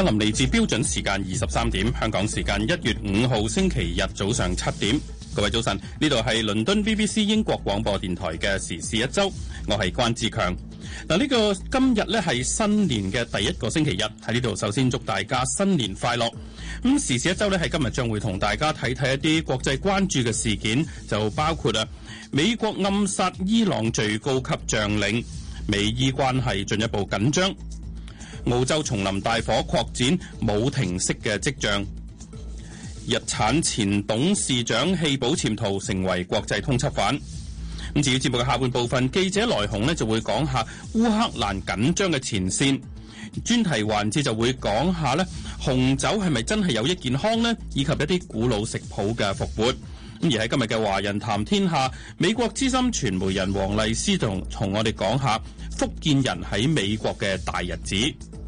格林嚟自標準時間23點，香港時間1月5號星期日早上7點。各位早晨，呢度係倫敦 BBC 英國廣播電台嘅時事一周，我係關志強。嗱，今日呢係新年嘅第一個星期日，喺呢度首先祝大家新年快樂。時事一周呢係今日將會同大家睇睇一啲國際關注嘅事件，就包括美國暗殺伊朗最高級將領，美伊關係進一步緊張，澳洲叢林大火擴展冇停息嘅跡象，日產前董事長棄保潛逃成為國際通緝犯。至於節目嘅下半部分，記者來鴻就會講下烏克蘭緊張嘅前線，專題環節就會講下紅酒係咪真係有益健康呢，以及一啲古老食譜嘅復活。而喺今日嘅華人談天下，美國資深傳媒人黃麗施同我哋講下福建人喺美國嘅大日子。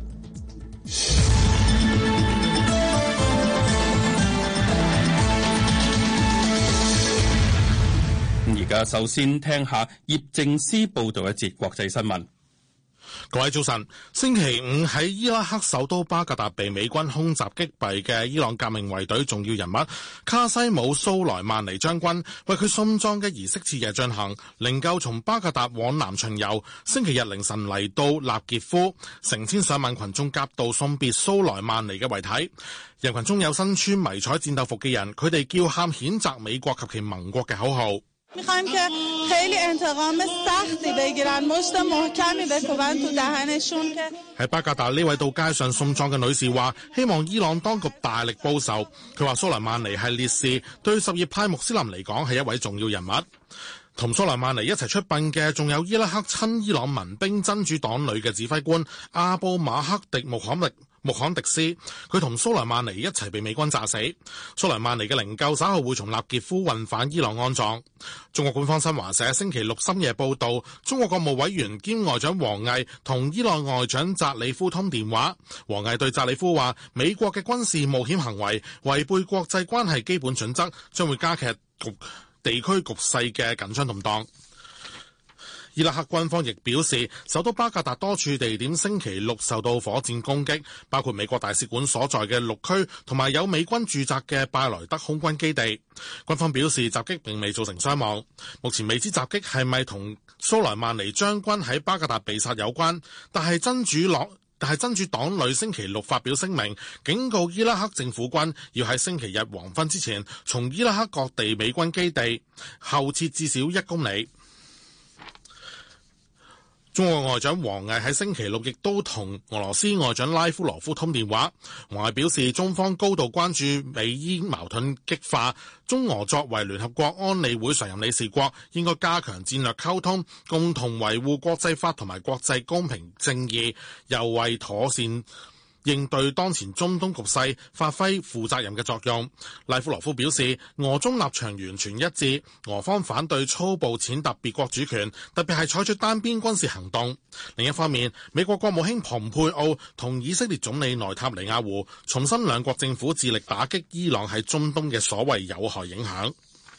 而家首先聽下葉正思報道一節國際新聞。 各位早晨，星期五喺伊拉克首都巴格達被美軍空襲擊斃嘅伊朗革命衛隊重要人物卡西姆蘇萊曼尼將軍為佢送葬嘅儀式次日進行，靈柩從巴格達往南巡遊，星期日凌晨嚟到納傑夫，成千上萬群眾夾道送別蘇萊曼尼嘅遺體。人群中有身穿迷彩戰鬥服嘅人，佢哋叫喊譴責美國及其盟國嘅口號。喺巴格達呢位到街上送葬嘅女士話，希望伊朗當局大力報仇。佢話蘇萊曼尼係烈士，對什葉派穆斯林嚟講係一位重要人物。同蘇萊曼尼一齊出殯嘅仲有伊拉克親伊朗民兵真主黨旅嘅指揮官阿布馬克迪穆罕迪斯，佢同蘇萊曼尼一齊被美軍炸死。蘇萊曼尼嘅靈柩稍後會從納傑夫運返伊朗安葬。中國官方新華社星期六深夜報道，中國國務委員兼外長王毅同伊朗外長扎里夫通電話。王毅對扎里夫話，美國嘅軍事冒險行為違背國際關係基本準則，將會加劇地區局勢嘅緊張動盪。伊拉克軍方亦表示，首都巴格達多處地點星期六受到火箭攻擊，包括美國大使館所在嘅綠區同埋有美軍駐紮嘅拜萊德空軍基地。軍方表示，襲擊並未造成傷亡。目前未知襲擊係咪同蘇萊曼尼將軍喺巴格達被殺有關，但係真主黨旅星期六發表聲明，警告伊拉克政府軍要喺星期日黃昏之前從伊拉克各地美軍基地後撤至少1公里。中國外長王毅喺星期六亦都同俄羅斯外長拉夫羅夫通電話。王毅表示，中方高度關注美伊矛盾激化，中俄作為聯合國安理會常任理事國，應該加強戰略溝通，共同維護國際法同埋國際公平正義，又為妥善應對當前中東局勢發揮負責任嘅作用。拉夫羅夫表示，俄中立場完全一致，俄方反對粗暴踐踏別國主權，特別係採取單邊軍事行動。另一方面，美國國務卿蓬佩奧同以色列總理內塔尼亞胡重申兩國政府致力打擊伊朗喺中東嘅所謂有害影響。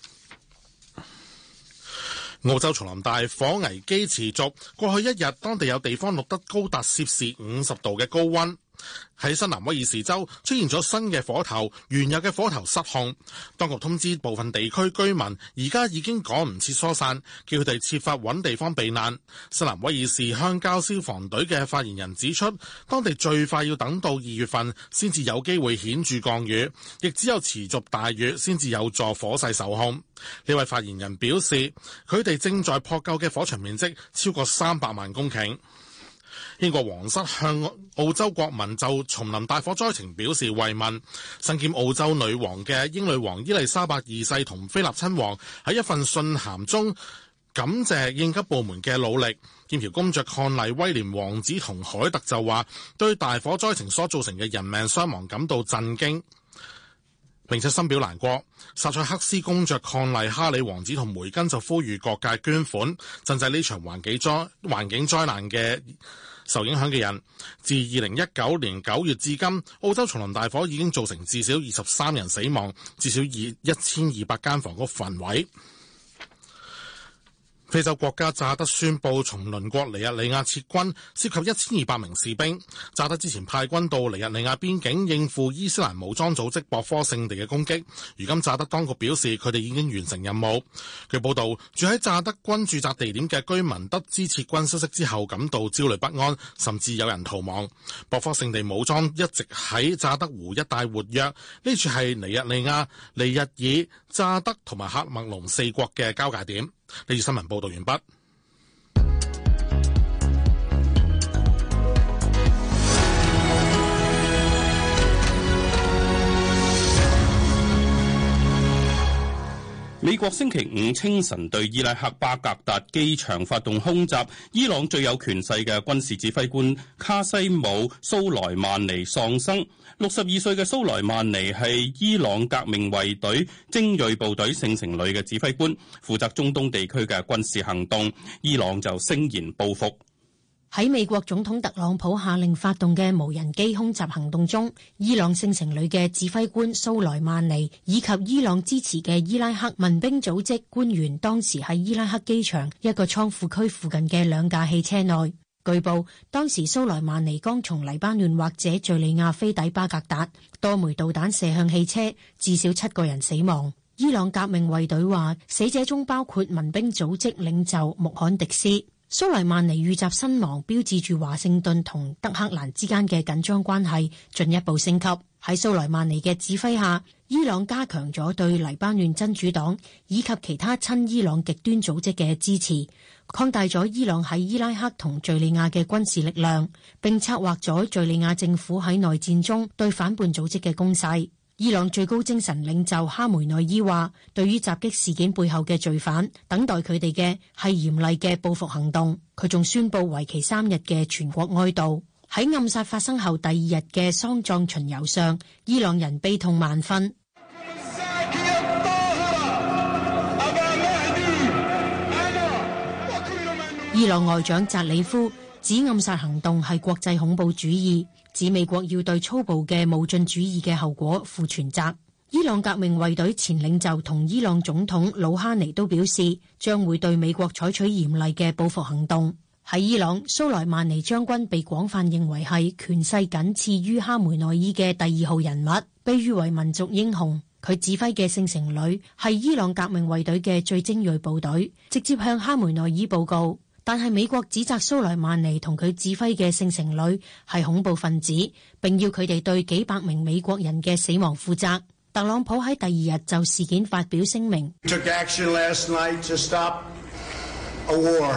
澳洲叢林大火危機持續，過去一日當地有地方錄得高達攝氏50度嘅高溫。喺新南威爾士州出現咗新嘅火頭，原有嘅火頭失控，當局通知部分地區居民而家已經趕唔切疏散，叫佢哋設法揾地方避難。新南威爾士鄉郊消防隊嘅發言人指出，當地最快要等到2月份先至有機會顯著降雨，亦只有持續大雨先至有助火勢受控。呢位發言人表示，佢哋正在撲救嘅火場面積超過300萬公頃。英國皇室向澳洲國民就叢林大火災情表示慰問。身兼澳洲女王嘅英女王伊麗莎白二世同菲臘親王喺一份信函中感謝應急部門嘅努力。劍橋公爵伉儷威廉王子同凱特就話對大火災情所造成嘅人命傷亡感到震驚，並且深表難過。薩塞克斯公爵伉儷哈里王子同梅根就呼籲各界捐款，賑濟呢場環境災難嘅受影響嘅人。自2019年9月至今，澳洲叢林大火已經造成至少23人死亡，至少1200間房屋焚毀。 非洲國家乍得宣布從鄰國尼日利亞撤軍，涉及1200名士兵。乍得之前派軍到尼日利亞邊境應付伊斯蘭武裝組織博科聖地嘅攻擊，如今乍得當局表示佢哋已經完成任務。據報道，住喺乍得軍駐紮地點嘅居民得知撤軍消息之後感到焦慮不安，甚至有人逃亡。博科聖地武裝一直喺乍得湖一帶活躍，呢處係尼日利亞、尼日爾、乍得同埋喀麥隆4國嘅交界點。呢次新聞報道完畢。 美國星期五清晨對伊拉克巴格達機場發動空襲，伊朗最有權勢嘅軍事指揮官卡西姆蘇萊曼尼喪生。62歲嘅蘇萊曼尼係伊朗革命衛隊精銳部隊聖城旅嘅指揮官，負責中東地區嘅軍事行動。伊朗就聲言報復。 喺美國總統特朗普下令發動嘅無人機空襲行動中，伊朗聖城旅嘅指揮官蘇萊曼尼以及伊朗支持嘅伊拉克民兵組織官員當時喺伊拉克機場一個倉庫區附近嘅2架汽車內。據報，當時蘇萊曼尼剛從黎巴嫩或者敘利亞飛抵巴格達，多枚導彈射向汽車，至少7個人死亡。伊朗革命衛隊話，死者中包括民兵組織領袖穆罕迪斯。蘇萊曼尼遇襲身亡，標誌住華盛頓同德黑蘭之間嘅緊張關係進一步升級。喺蘇萊曼尼嘅指揮下，伊朗加強咗對黎巴嫩真主黨以及其他親伊朗極端組織嘅支持，擴大咗伊朗喺伊拉克同敘利亞嘅軍事力量，並策劃咗敘利亞政府喺內戰中對反叛組織嘅攻勢。伊朗最高精神領袖哈梅內伊話，對於襲擊事件背後嘅罪犯，等待佢哋嘅係嚴厲嘅報復行動。佢仲宣布為期3日嘅全國哀悼。喺暗殺發生後第2日嘅喪葬巡遊上，伊朗人悲痛萬分。伊朗外長扎里夫指暗殺行動係國際恐怖主義，指美國要對粗暴嘅無盡主義嘅後果負全責。伊朗革命衛隊前領袖同伊朗總統魯哈尼都表示，將會對美國採取嚴厲嘅報復行動。喺伊朗，蘇萊曼尼將軍被廣泛認為係權勢僅次於哈梅內伊嘅第2號人物，被譽為民族英雄。佢指揮嘅聖城旅係伊朗革命衛隊嘅最精銳部隊，直接向哈梅內伊報告。但係美國指責蘇萊曼尼同佢指揮嘅聖城旅係恐怖分子，並要佢哋對幾百名美國人嘅死亡負責。特朗普喺第2日就事件發表聲明。 Took action last night to stop a war.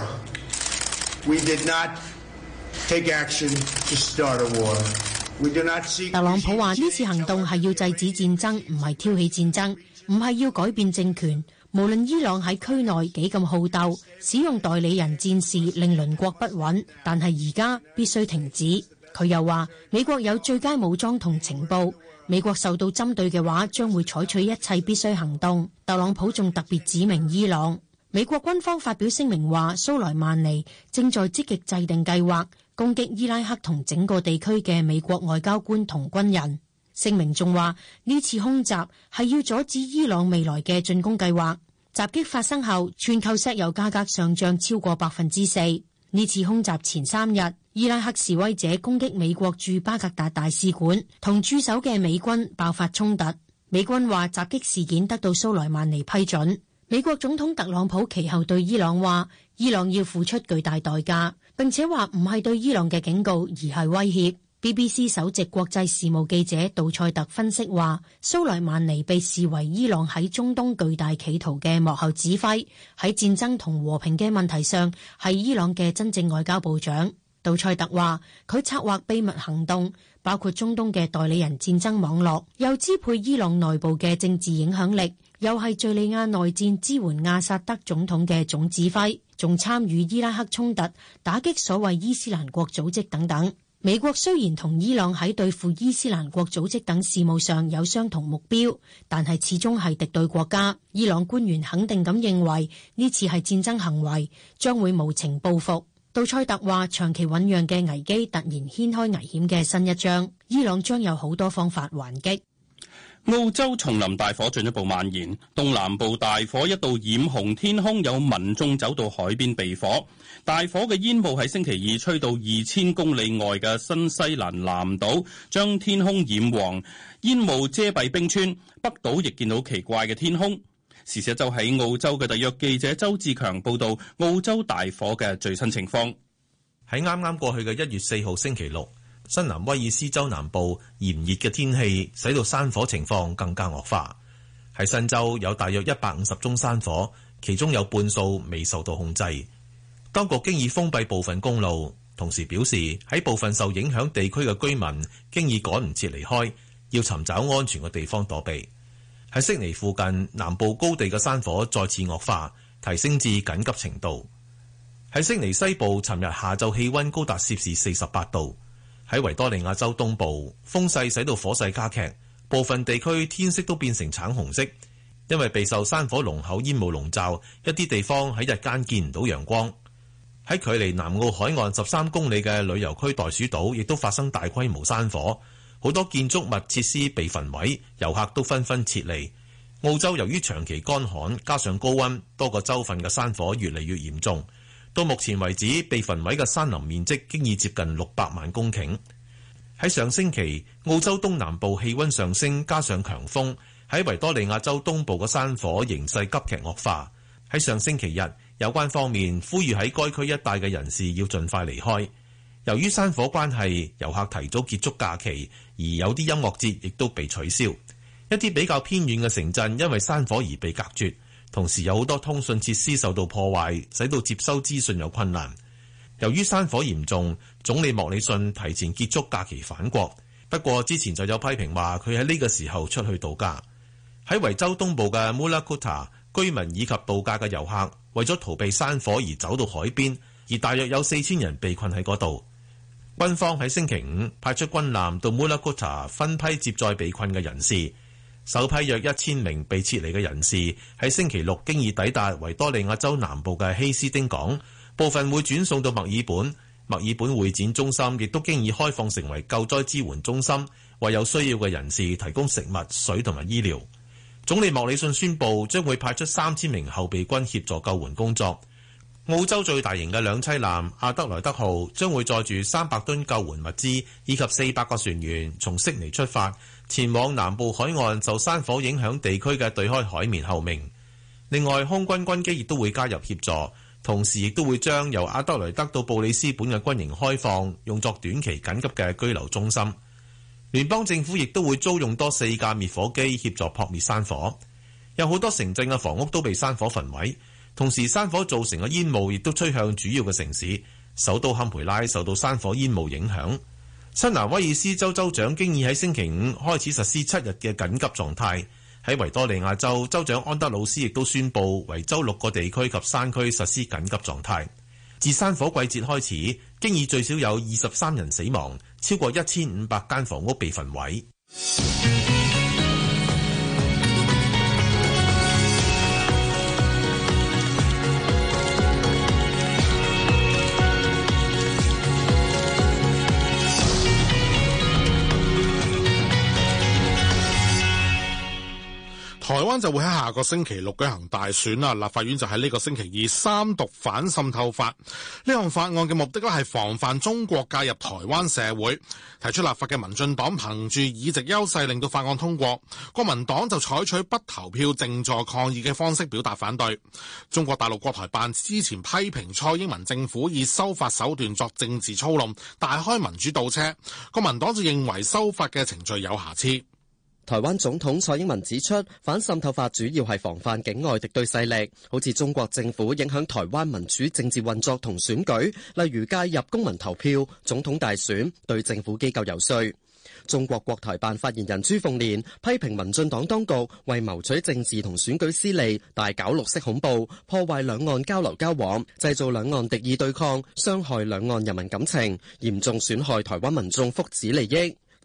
We did not take action to start a war. We do not seek. 特朗普話呢次行動係要制止戰爭，唔係挑起戰爭，唔係要改變政權。無論伊朗喺區內幾咁好鬥，使用代理人戰士令鄰國不穩，但係而家必須停止。佢又話美國有最佳武裝同情報，美國受到針對嘅話將會採取一切必須行動。特朗普仲特別指明伊朗。美國軍方發表聲明話，蘇萊曼尼正在積極制定計劃攻擊伊拉克同整個地區嘅美國外交官同軍人。聲明仲話呢次空襲係要阻止伊朗未來嘅進攻計劃。襲擊發生後，全球石油價格上漲超過4%。呢次空襲前3日，伊拉克示威者攻擊美國駐巴格達大使館，同駐守嘅美軍爆發衝突。美軍話襲擊事件得到蘇萊曼尼批准。美國總統特朗普其後對伊朗話，伊朗要付出巨大代價，並且話唔係對伊朗嘅警告，而係威脅。BBC 首席國際事務記者杜塞特分析話，蘇萊曼尼被視為伊朗喺中東巨大企圖嘅幕後指揮，喺戰爭同和平嘅問題上係伊朗嘅真正外交部長。杜塞特話，佢策劃秘密行動，包括中東嘅代理人戰爭網絡，又支配伊朗內部嘅政治影響力，又係敘利亞內戰支援阿薩德總統嘅總指揮，仲參與伊拉克衝突，打擊所謂伊斯蘭國組織等等。美國雖然同伊朗喺對付伊斯蘭國組織等事務上有相同目標，但係始終係敵對國家。伊朗官員肯定咁認為呢次係戰爭行為，將會無情報復。杜塞特話，長期醞釀嘅危機突然掀開危險嘅新一章，伊朗將有好多方法還擊。 澳洲叢林大火進一步蔓延，東南部大火一度染紅天空，有民眾走到海邊避火。大火嘅煙霧喺星期二吹到2000公里外嘅新西蘭南島，將天空染黃，煙霧遮蔽冰川。北島亦見到奇怪嘅天空。時事一周喺澳洲嘅特約記者周志強報道澳洲大火嘅最新情況。 喺啱啱過去嘅1月4號星期六，新南威爾斯州南部炎熱嘅天氣使到山火情況更加惡化。喺新州有大約150宗山火，其中有半數未受到控制。當局經已封閉部分公路，同時表示喺部分受影響地區嘅居民經已趕唔切離開，要尋找安全嘅地方躲避。喺悉尼附近南部高地嘅山火再次惡化，提升至緊急程度。喺悉尼西部，尋日下晝氣溫高達攝氏48度。喺維多利亞州東部，風勢使到火勢加劇，部分地區天色都變成橙紅色，因為備受山火濃厚煙霧籠罩，一啲地方喺日間見唔到陽光。喺距離南澳海岸13公里嘅旅遊區袋鼠島，亦都發生大規模山火，好多建築物設施被焚毀，遊客都紛紛撤離。澳洲由於長期乾旱，加上高溫，多個州份嘅山火越嚟越嚴重。到目前為止，被焚毀嘅山林面積經已接近600萬公頃。喺上星期，澳洲東南部氣溫上升，加上強風，喺維多利亞州東部嘅山火形勢急劇惡化。喺上星期日，有關方面呼籲喺該區一帶嘅人士要盡快離開。由於山火關係，遊客提早結束假期，而有啲音樂節亦都被取消。一啲比較偏遠嘅城鎮因為山火而被隔絕。同時有好多通訊設施受到破壞，使到接收資訊有困難。由於山火嚴重，總理莫里遜提前結束假期返國。不過之前就有批評話佢喺呢個時候出去度假。喺維州東部嘅 Mulakuta， 居民以及度假嘅遊客為咗逃避山火而走到海邊，而大約有4000人被困喺嗰度。軍方喺星期五派出軍艦到 Mulakuta 分批接載被困嘅人士。首批約1000名被撤離嘅人士喺星期六經已抵達維多利亞州南部嘅希斯丁港，部分會轉送到墨爾本。墨爾本會展中心亦都經已開放成為救災支援中心，為有需要嘅人士提供食物、水同埋醫療。總理莫里遜宣布將會派出3000名後備軍協助救援工作。澳洲最大型嘅兩棲艦阿德萊德號將會載住300噸救援物資以及400個船員從悉尼出發，前往南部海岸受山火影響地區嘅對開海面候命。另外，空軍軍機亦都會加入協助，同時亦都會將由阿德萊德到布里斯本嘅軍營開放，用作短期緊急嘅居留中心。聯邦政府亦都會租用多4架滅火機協助撲滅山火。有好多城鎮嘅房屋都被山火焚毀。同時，山火造成嘅煙霧亦都吹向主要嘅城市，首都堪培拉受到山火煙霧影響。新南威爾斯州州長經已喺星期五開始實施7日嘅緊急狀態。喺維多利亞州，州長安德魯斯亦都宣布為州6個地區及山區實施緊急狀態。自山火季節開始，經已最少有23人死亡，超過1500間房屋被焚毀。 台灣就會喺下個星期六舉行大選啦，立法院就喺呢個星期二三讀反滲透法。呢項法案嘅目的係防範中國介入台灣社會。提出立法嘅民進黨憑住議席優勢令到法案通過，國民黨就採取不投票靜坐抗議嘅方式表達反對。中國大陸國台辦之前批評蔡英文政府以修法手段作政治操弄，大開民主倒車。國民黨就認為修法嘅程序有瑕疵。 台灣總統蔡英文指出，反滲透法主要係防範境外敵對勢力，好似中國政府影響台灣民主政治運作同選舉，例如介入公民投票、總統大選、對政府機構游說。中國國台辦發言人朱鳳蓮批評民進黨當局為謀取政治同選舉私利，大搞綠色恐怖，破壞兩岸交流交往，製造兩岸敵意對抗，傷害兩岸人民感情，嚴重損害台灣民眾福祉利益。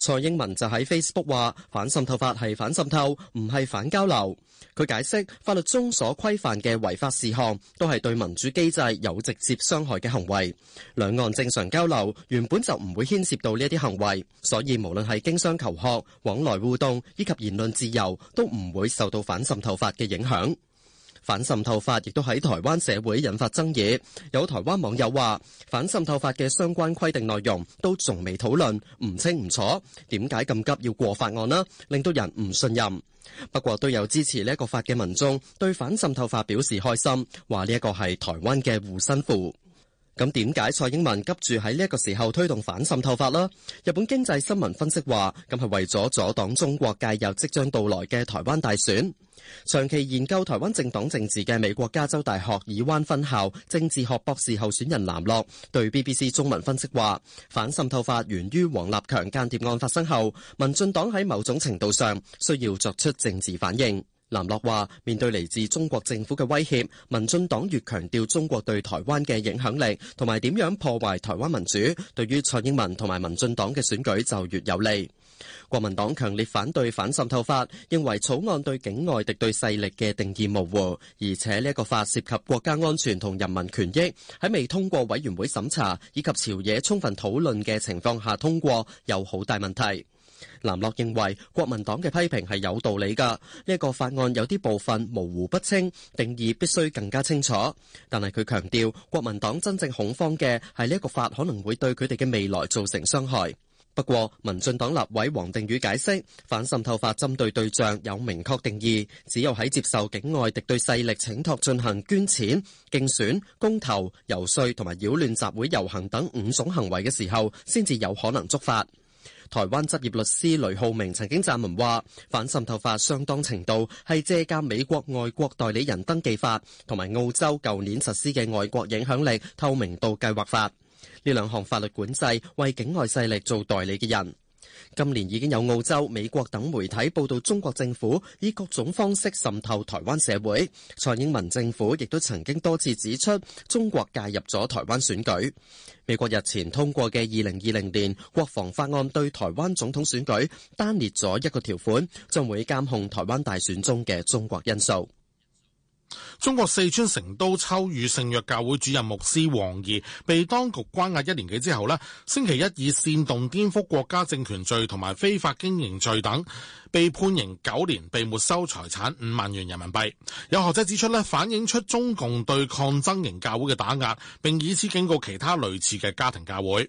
蔡英文就喺 Facebook 話反滲透法係反滲透，唔係反交流。佢解釋法律中所規範嘅違法事項都係對民主機制有直接傷害嘅行為。兩岸正常交流原本就唔會牽涉到呢一啲行為，所以無論係經商求學、往來互動以及言論自由，都唔會受到反滲透法嘅影響。反滲透法亦都喺台灣社會引發爭議，有台灣網友話反滲透法嘅相關規定內容都仲未討論，唔清唔楚，點解咁急要過法案呢？令到人唔信任。不過都有支持呢一個法嘅民眾對反滲透法表示開心，話呢一個係台灣嘅護身符。咁點解蔡英文急住喺呢一個時候推動反滲透法呢？日本經濟新聞分析話，咁係為咗阻擋中國介入即將到來嘅台灣大選。長期研究台灣政黨政治嘅美國加州大學爾灣分校政治學博士候選人藍樂對 BBC 中文分析話，反滲透法源於王立強間諜案發生後，民進黨喺某種程度上需要作出政治反應。藍樂話，面對嚟自中國政府嘅威脅，民進黨越強調中國對台灣嘅影響力同埋點樣破壞台灣民主，對於蔡英文同埋民進黨嘅選舉就越有利。國民黨強烈反對反滲透法，認為草案對境外敵對勢力嘅定義模糊，而且呢一個法涉及國家安全同人民權益，喺未通過委員會審查以及朝野充分討論嘅情況下通過，有好大問題。藍樂認為國民黨嘅批評係有道理㗎，呢一個法案有啲部分模糊不清，定義必須更加清楚。但係佢強調，國民黨真正恐慌嘅係呢一個法可能會對佢哋嘅未來造成傷害。不過，民進黨立委黃定宇解釋，反滲透法針對對象有明確定義，只有喺接受境外敵對勢力請託進行捐錢、競選、公投、遊說同埋擾亂集會遊行等5種行為嘅時候，先至有可能觸發。台灣執業律師雷浩明曾經撰文話，反滲透法相當程度係借鑑美國外國代理人登記法同埋澳洲舊年實施嘅外國影響力透明度計劃法。呢兩項法律管制為境外勢力做代理嘅人。今年已經有澳洲、美國等媒體報道中國政府以各種方式滲透台灣社會。蔡英文政府亦都曾經多次指出中國介入咗台灣選舉。美國日前通過嘅2020年國防法案對台灣總統選舉單列咗一個條款，將會監控台灣大選中嘅中國因素。 中國四川成都秋雨聖約教會主任牧師王怡被當局關押1年幾之後呢，星期一以煽動顛覆國家政權罪同埋非法經營罪等被判刑9年，被沒收財產5萬元人民幣。有學者指出呢，反映出中共對抗爭型教會嘅打壓，並以此警告其他類似嘅家庭教會。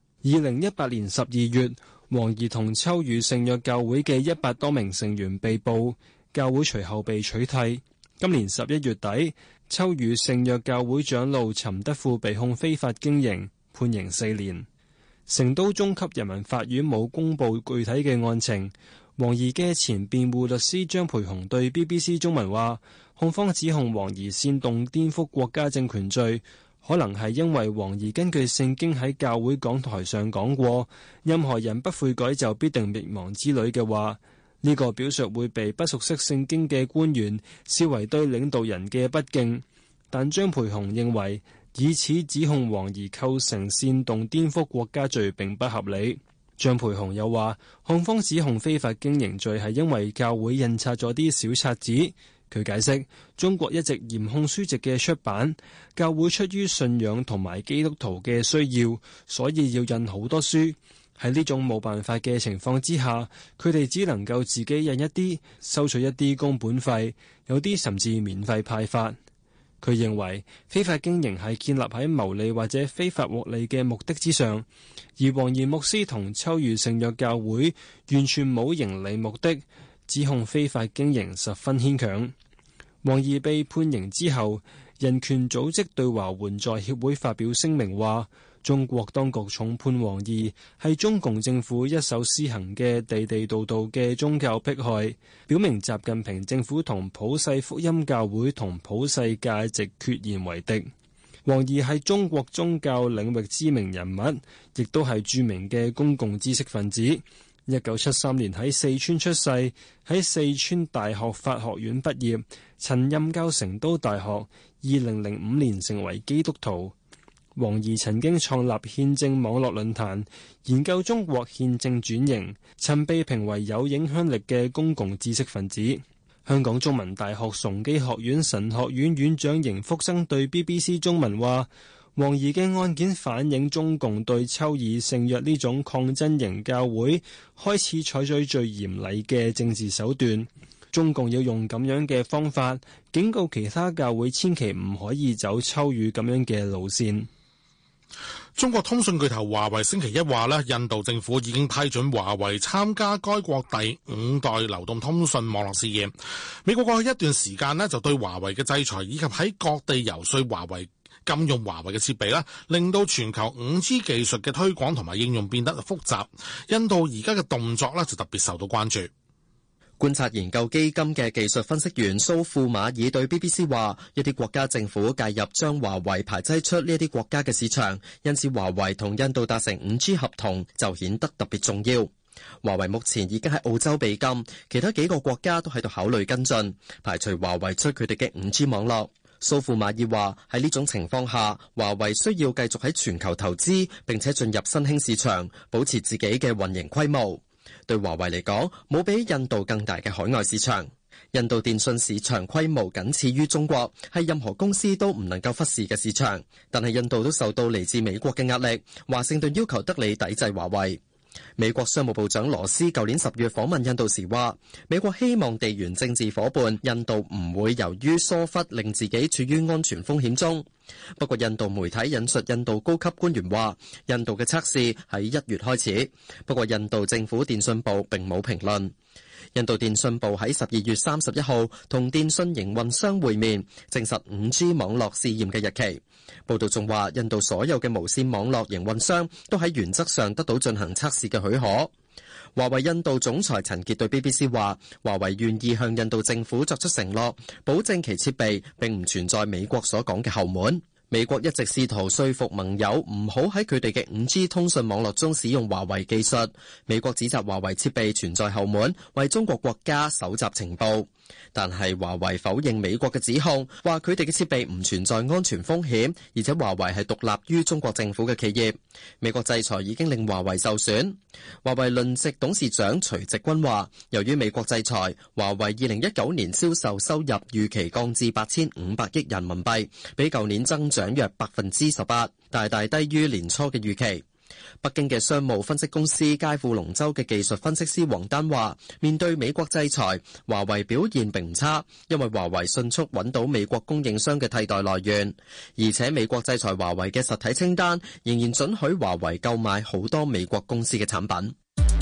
2018年12月，王怡同秋雨聖約教會嘅100多名成員被捕，教會隨後被取締。今年11月底，秋雨聖約教會長老陳德富被控非法經營，判刑4年。成都中級人民法院冇公布具體嘅案情。王怡嘅前辯護律師張培雄對 BBC 中文話，控方指控王怡煽動顛覆國家政權罪，可能係因為王怡根據聖經喺教會講台上講過，任何人不悔改就必定滅亡之類嘅話。呢個表述會被不熟悉聖經嘅官員視為對領導人嘅不敬，但張培雄認為以此指控王怡構成煽動顛覆國家罪並不合理。張培雄又話，控方指控非法經營罪係因為教會印刷咗啲小冊子。佢解釋，中國一直嚴控書籍嘅出版，教會出於信仰同埋基督徒嘅需要，所以要印好多書。喺呢種冇辦法嘅情況之下，佢哋只能夠自己印一啲，收取一啲工本費，有啲甚至免費派發。佢認為非法經營係建立喺牟利或者非法獲利嘅目的之上，而王怡牧師同秋雨聖約教會完全冇盈利目的，指控非法經營十分牽強。王怡被判刑之後，人權組織對華援助協會發表聲明話，中國當局重判王怡係中共政府一手施行嘅地地道道嘅宗教迫害，表明習近平政府同普世福音教會同普世價值決然為敵。王怡係中國宗教領域知名人物，亦都係著名嘅公共知識分子。1973年喺四川出世，喺四川大學法學院畢業，曾任教成都大學。2005年成為基督徒。 王怡曾經創立憲政網絡論壇，研究中國憲政轉型，曾被評為有影響力嘅公共知識分子。香港中文大學崇基學院神學院院長邢福生對 BBC 中文話，王怡嘅案件反映中共對秋爾聖約呢種抗爭型教會開始採取最嚴厲嘅政治手段。中共要用咁樣嘅方法警告其他教會千祈唔可以走秋雨咁樣嘅路線。 中國通訊巨頭華為星期一話咧，印度政府已經批准華為參加該國第5代流動通訊網絡試驗。美國過去一段時間咧就對華為嘅制裁以及喺各地游說華為禁用華為嘅設備啦，令到全球 5G 技術嘅推廣同埋應用變得複雜。印度而家嘅動作咧就特別受到關注。 觀察研究基金嘅技術分析員蘇富馬爾對 BBC 話，一啲國家政府介入將華為排擠出呢一啲國家嘅市場，因此華為同印度達成 5G 合同就顯得特別重要。華為目前已經喺澳洲被禁，其他幾個國家都喺度考慮跟進，排除華為出佢哋嘅 5G 網絡。蘇富馬爾話，喺呢種情況下，華為需要繼續喺全球投資，並且進入新興市場，保持自己嘅運營規模。對華為嚟講，冇比印度更大嘅海外市場。印度電信市場規模僅次於中國，係任何公司都唔能夠忽視嘅市場。但係印度都受到嚟自美國嘅壓力，華盛頓要求德里抵制華為。美國商務部長羅斯舊年10月訪問印度時話，美國希望地緣政治夥伴印度唔會由於疏忽令自己處於安全風險中。不過印度媒體引述印度高級官員話，印度嘅測試喺1月開始，不過印度政府電信部並冇評論。印度電信部喺12月31號同電信營運商會面，證實 5G 網絡試驗嘅日期。報道仲話，印度所有嘅無線網絡營運商都喺原則上得到進行測試嘅許可。華為印度總裁陳傑對 BBC 話，華為願意向印度政府作出承諾，保證其設備並唔存在美國所講嘅後門。美國一直試圖說服盟友唔好喺佢哋嘅 5G 通訊網絡中使用華為技術。美國指責華為設備存在後門，為中國國家搜集情報。但係華為否認美國嘅指控，話佢哋嘅設備唔存在安全風險，而且華為係獨立於中國政府嘅企業。美國制裁已經令華為受損。華為輪值董事長徐直軍話，由於美國制裁，華為2019年銷售收入預期降至8500億人民幣，比舊年增長約18%，大大低於年初嘅預期。北京嘅商務分析公司佳富龍州嘅技術分析師黃丹話，面對美國制裁，華為表現並唔差，因為華為迅速揾到美國供應商嘅替代來源，而且美國制裁華為嘅實體清單仍然准許華為購買好多美國公司嘅產品。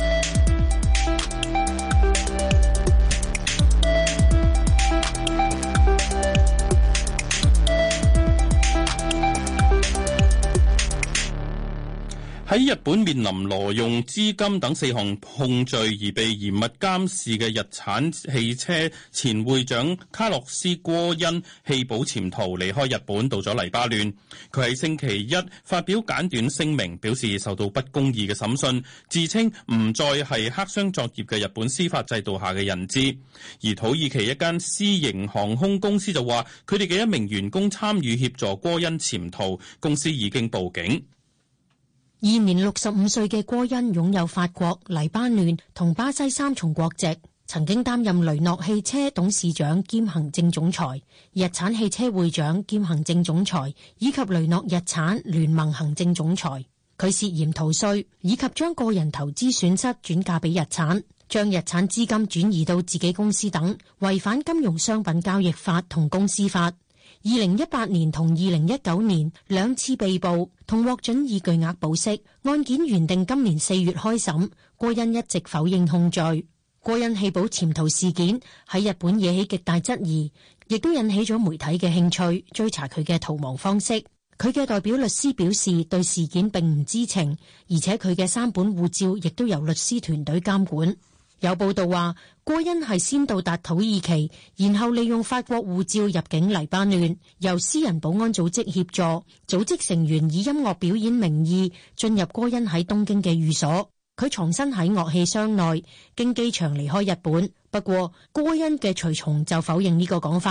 喺日本面臨挪用資金等4項控罪而被嚴密監視嘅日產汽車前會長卡洛斯戈恩棄保潛逃離開日本，到咗黎巴嫩。佢喺星期一發表簡短聲明，表示受到不公義嘅審訊，自稱唔再係黑箱作業嘅日本司法制度下嘅人質。而土耳其一間私營航空公司就話，佢哋嘅一名員工參與協助戈恩潛逃，公司已經報警。 現年65歲嘅戈恩擁有法國、黎巴嫩同巴西3重國籍，曾經擔任雷諾汽車董事長兼行政總裁、日產汽車會長兼行政總裁以及雷諾日產聯盟行政總裁。佢涉嫌逃稅以及將個人投資損失轉嫁俾日產，將日產資金轉移到自己公司等，違反金融商品交易法同公司法。2018年同2019年2次被捕，同獲准以巨額保釋。案件原定今年4月開審，戈恩一直否認控罪。戈恩棄保潛逃事件喺日本惹起極大質疑，亦都引起咗媒體嘅興趣，追查佢嘅逃亡方式。佢嘅代表律師表示對事件並唔知情，而且佢嘅3本護照亦都由律師團隊監管。有報道話，戈恩係先到達土耳其，然後利用法國護照入境黎巴嫩，由私人保安組織協助。組織成員以音樂表演名義進入戈恩喺東京嘅寓所，佢藏身喺樂器箱內，經機場離開日本。不過，戈恩嘅隨從就否認呢個講法。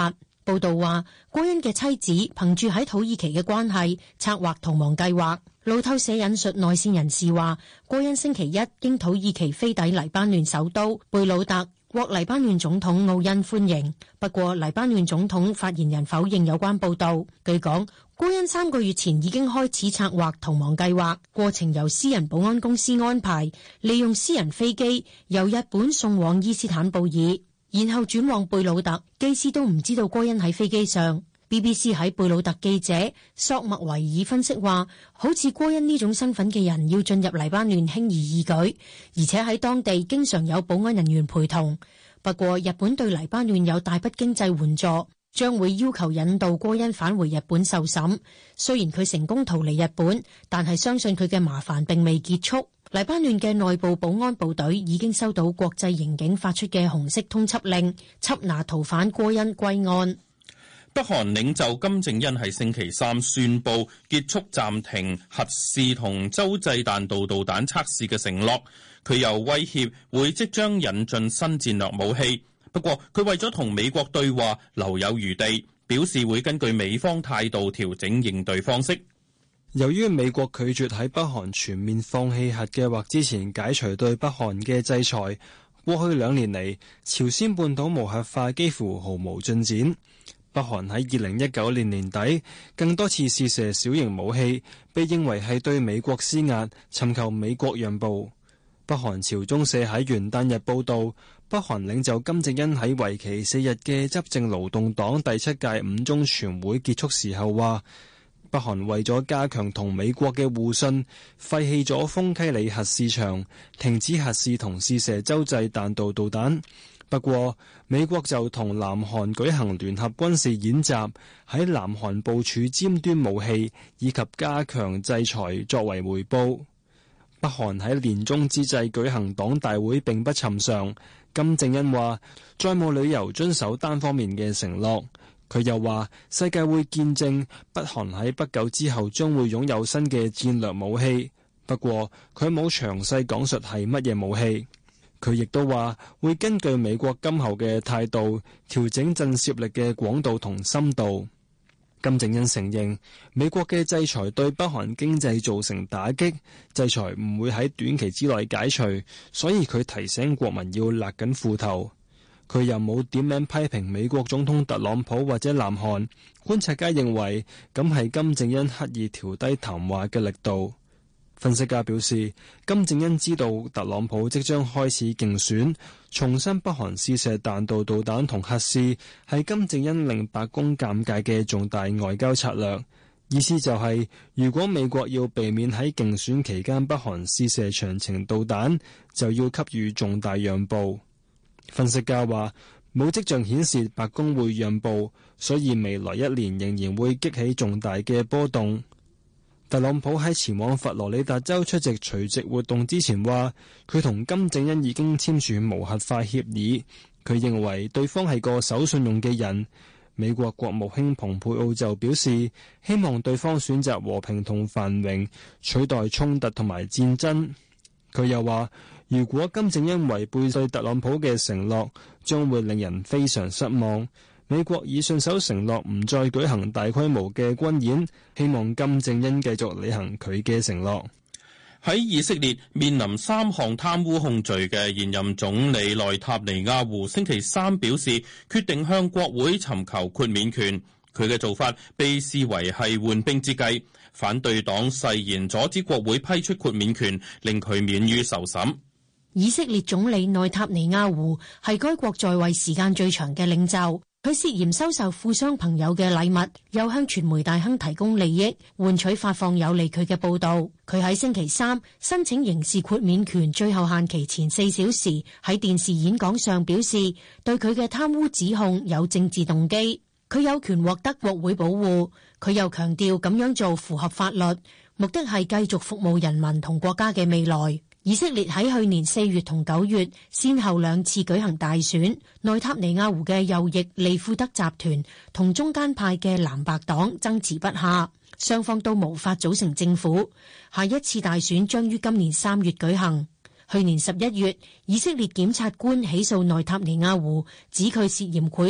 報道話，戈恩嘅妻子憑住喺土耳其嘅關係，策劃逃亡計劃。路透社引述內線人士話，戈恩星期一經土耳其飛抵黎巴嫩首都貝魯特，獲黎巴嫩總統奧恩歡迎。不過，黎巴嫩總統發言人否認有關報道。據講，戈恩3個月前已經開始策劃逃亡計劃，過程由私人保安公司安排，利用私人飛機由日本送往伊斯坦布爾，然後轉往貝魯特。機師都唔知道戈恩喺飛機上。BBC 喺貝魯特記者索麥維爾分析話，好似戈恩呢種身份嘅人要進入黎巴嫩輕而易舉，而且喺當地經常有保安人員陪同。不過，日本對黎巴嫩有大筆經濟援助，將會要求引渡戈恩返回日本受審。雖然佢成功逃離日本，但係相信佢嘅麻煩並未結束。黎巴嫩嘅內部保安部隊已經收到國際刑警發出嘅紅色通緝令，緝拿逃犯戈恩歸案。 北韓領袖金正恩喺星期三宣布結束暫停核試同洲際彈道導彈測試嘅承諾，佢又威脅會即將引進新戰略武器。不過佢為咗同美國對話留有餘地，表示會根據美方態度調整應對方式。 由於美國拒絕喺北韓全面放棄核計劃之前解除對北韓嘅制裁，過去2年嚟，朝鮮半島無核化幾乎毫無進展。北韓喺2019年年底更多次試射小型武器，被認為係對美國施壓，尋求美國讓步。北韓朝中社喺元旦日報道，北韓領袖金正恩喺為期4日嘅執政勞動黨第7屆5中全會結束時候話，北韓為咗加強同美國嘅互信，廢棄咗豐溪里核試場，停止核試同試射洲際彈道導彈。不過，美國就同南韓舉行聯合軍事演習，喺南韓部署尖端武器以及加強制裁作為回報。北韓喺年中之際舉行黨大會並不尋常。金正恩話再冇理由遵守單方面嘅承諾。佢又話世界會見證北韓喺不久之後將會擁有新嘅戰略武器。不過佢冇詳細講述係乜嘢武器。佢亦都話會根據美國今後嘅態度調整震懾力嘅廣度同深度。金正恩承認美國嘅制裁對北韓經濟造成打擊，制裁唔會喺短期之內解除，所以佢提醒國民要勒緊褲頭。佢又冇點名批評美國總統特朗普或者南韓。觀察家認為咁係金正恩刻意調低談話嘅力度。分析家表示，金正恩知道特朗普即將開始競選，重申北韓試射彈道導彈同核試係金正恩令白宮尷尬嘅重大外交策略。意思就係，如果美國要避免喺競選期間北韓試射長程導彈，就要給予重大讓步。分析家話，冇跡象顯示白宮會讓步，所以未來1年仍然會激起重大嘅波動。特朗普喺前往佛羅里達州出席除夕活動之前話，佢同金正恩已經簽署無核化協議。佢認為對方係個守信用嘅人。美國國務卿蓬佩奧就表示，希望對方選擇和平同繁榮，取代衝突同埋戰爭。佢又話，如果金正恩違背對特朗普嘅承諾，將會令人非常失望。美國已信守承諾，唔再舉行大規模嘅軍演，希望金正恩繼續履行佢嘅承諾。 喺以色列面臨3項貪污控罪嘅現任總理內塔尼亞胡星期三表示，決定向國會尋求豁免權。佢嘅做法被視為係緩兵之計，反對黨誓言阻止國會批出豁免權，令佢免於受審。 以色列總理內塔尼亞胡係該國在位時間最長嘅領袖。佢涉嫌收受富商朋友嘅禮物，又向傳媒大亨提供利益，換取發放有利佢嘅報道。佢喺星期三申請刑事豁免權最後限期前4小時喺電視演講上表示，對佢嘅貪污指控有政治動機。佢有權獲得國會保護。佢又強調咁樣做符合法律，目的係繼續服務人民同國家嘅未來。以色列喺去年4月同9月先後2次舉行大選，內塔尼亞胡嘅右翼利庫德集團同中間派嘅藍白黨爭持不下，雙方都無法組成政府。下一次大選將於今年3月舉行。去年11月，以色列檢察官起訴內塔尼亞胡，指佢涉嫌賄賂。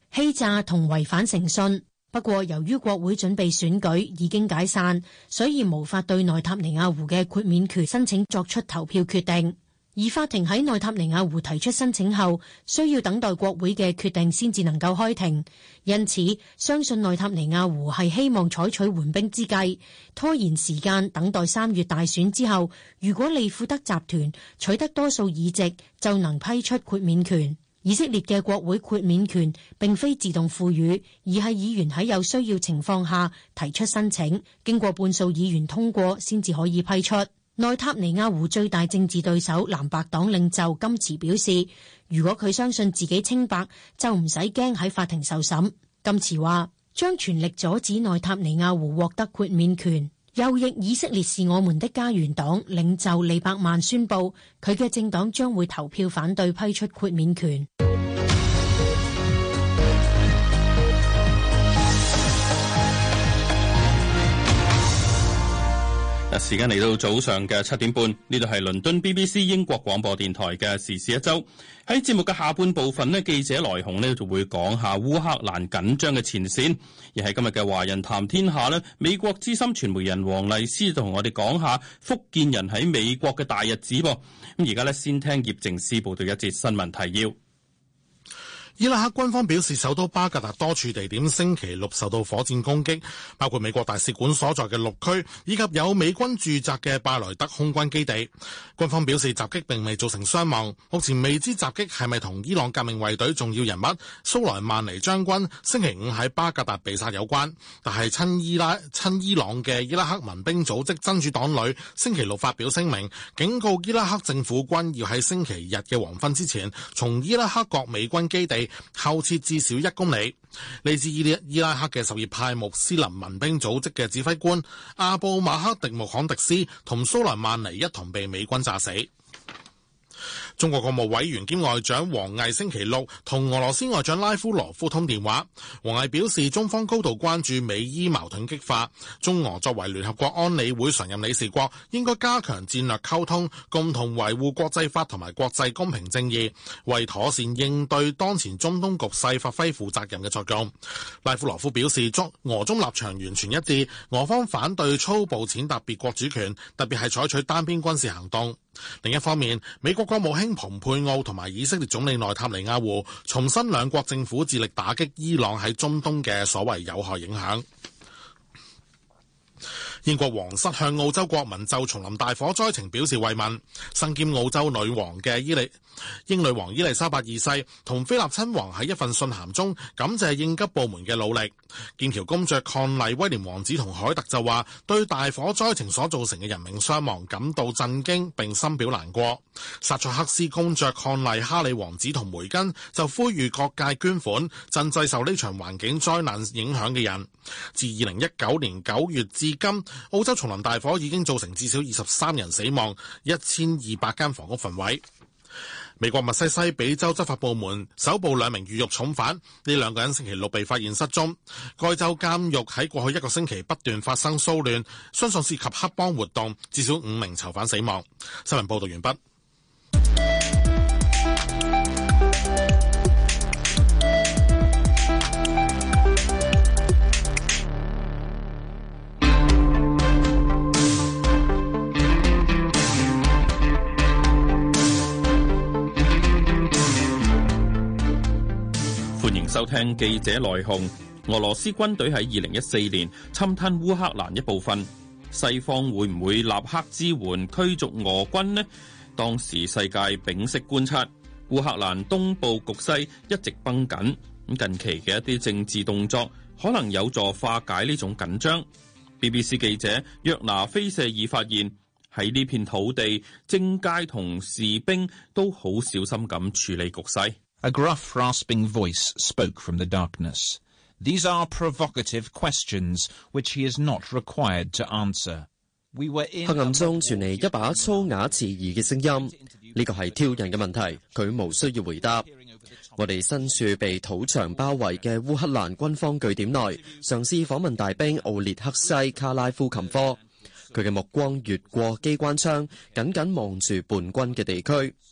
欺詐同違反誠信。不過由於國會準備選舉已經解散，所以無法對內塔尼亞胡嘅豁免權申請作出投票決定。而法庭喺內塔尼亞胡提出申請後，需要等待國會嘅決定先至能夠開庭。因此，相信內塔尼亞胡係希望採取緩兵之計，拖延時間，等待3月大選之後，如果利庫德集團取得多數議席，就能批出豁免權。以色列嘅國會豁免權並非自動賦予，而係議員喺有需要情況下提出申請，經過半數議員通過先至可以批出。內塔尼亞胡最大政治對手藍白黨領袖金茨表示，如果佢相信自己清白，就唔使驚喺法庭受審。金茨話將全力阻止內塔尼亞胡獲得豁免權。右翼以色列是我們的家園黨領袖利伯曼宣布，佢嘅政黨將會投票反對批出豁免權。 時間嚟到早上嘅7點半，呢度係倫敦 BBC 英國廣播電台嘅時事一周。喺節目嘅下半部分呢，記者來鴻呢就會講下烏克蘭緊張嘅前線。而喺今日嘅華人談天下呢，美國資深傳媒人黃麗施同我哋講下福建人喺美國嘅大日子噃。咁而家呢，先聽葉靜思報道一節新聞提要。 伊拉克軍方表示，首都巴格達多處地點星期六受到火箭攻擊，包括美國大使館所在嘅6區，以及有美軍駐紮嘅拜萊德空軍基地。軍方表示，襲擊並未造成傷亡，目前未知襲擊係咪同伊朗革命衛隊重要人物蘇萊曼尼將軍星期5喺巴格達被殺有關。但係親伊朗嘅伊拉克民兵組織真主黨旅星期六發表聲明，警告伊拉克政府軍要喺星期日嘅黃昏之前，從伊拉克各美軍基地後撤至少1公里。嚟自伊拉克嘅什葉派穆斯林民兵組織嘅指揮官阿布馬克迪穆罕迪斯同蘇萊曼尼一同被美軍炸死。中國國務委員兼外長王毅星期六同俄羅斯外長拉夫羅夫通電話。王毅表示，中方高度關注美伊矛盾激化，中俄作為聯合國安理會常任理事國，應該加強戰略溝通，共同維護國際法同埋國際公平正義，為妥善應對當前中東局勢發揮負責任嘅作用。拉夫羅夫表示，俄中立場完全一致，俄方反對粗暴踐踏別國主權，特別係採取單邊軍事行動。另一方面，美國國務卿蓬佩奧同埋以色列總理內塔尼亞胡重申兩國政府致力打擊伊朗喺中東嘅所謂有害影響。英國皇室向澳洲國民就叢林大火災情表示慰問。身兼澳洲女王嘅英女王伊麗莎白二世同菲臘親王喺一份信函中感謝應急部門嘅努力。劍橋公爵伉儷威廉王子同凱特就話對大火災情所造成嘅人命傷亡感到震驚並深表難過。薩塞克斯公爵伉儷哈里王子同梅根就呼籲各界捐款賑濟受呢場環境災難影響嘅人。自2019年9月至今，澳洲叢林大火已經造成至少23人死亡，1200間房屋焚毀。美國密西西比州執法部門搜捕2名越獄重犯，呢2個人星期六被發現失蹤。該州監獄喺過去1個星期不斷發生騷亂，相信涉及黑幫活動，至少5名囚犯死亡。新聞報道完畢。 歡迎收聽記者來鴻。俄羅斯軍隊喺2014年侵吞烏克蘭一部分，西方會唔會立刻支援驅逐俄軍呢？當時世界屏息觀察，烏克蘭東部局勢一直繃緊，近期嘅一啲政治動作可能有助化解呢種緊張。BBC 記者約拿菲舍爾發現，喺呢片土地，政界同士兵都好小心咁處理局勢。 A gruff, rasping voice spoke from the darkness. These are provocative questions which he is not required to answer. 黑暗中傳嚟一把粗啞遲疑嘅聲音，呢個係挑釁嘅問題，佢無需要回答。我哋身處被土牆包圍嘅烏克蘭軍方據點內，嘗試訪問大兵奧列克西卡拉夫琴科。佢嘅目光越過機關槍，緊緊望住叛軍嘅地區。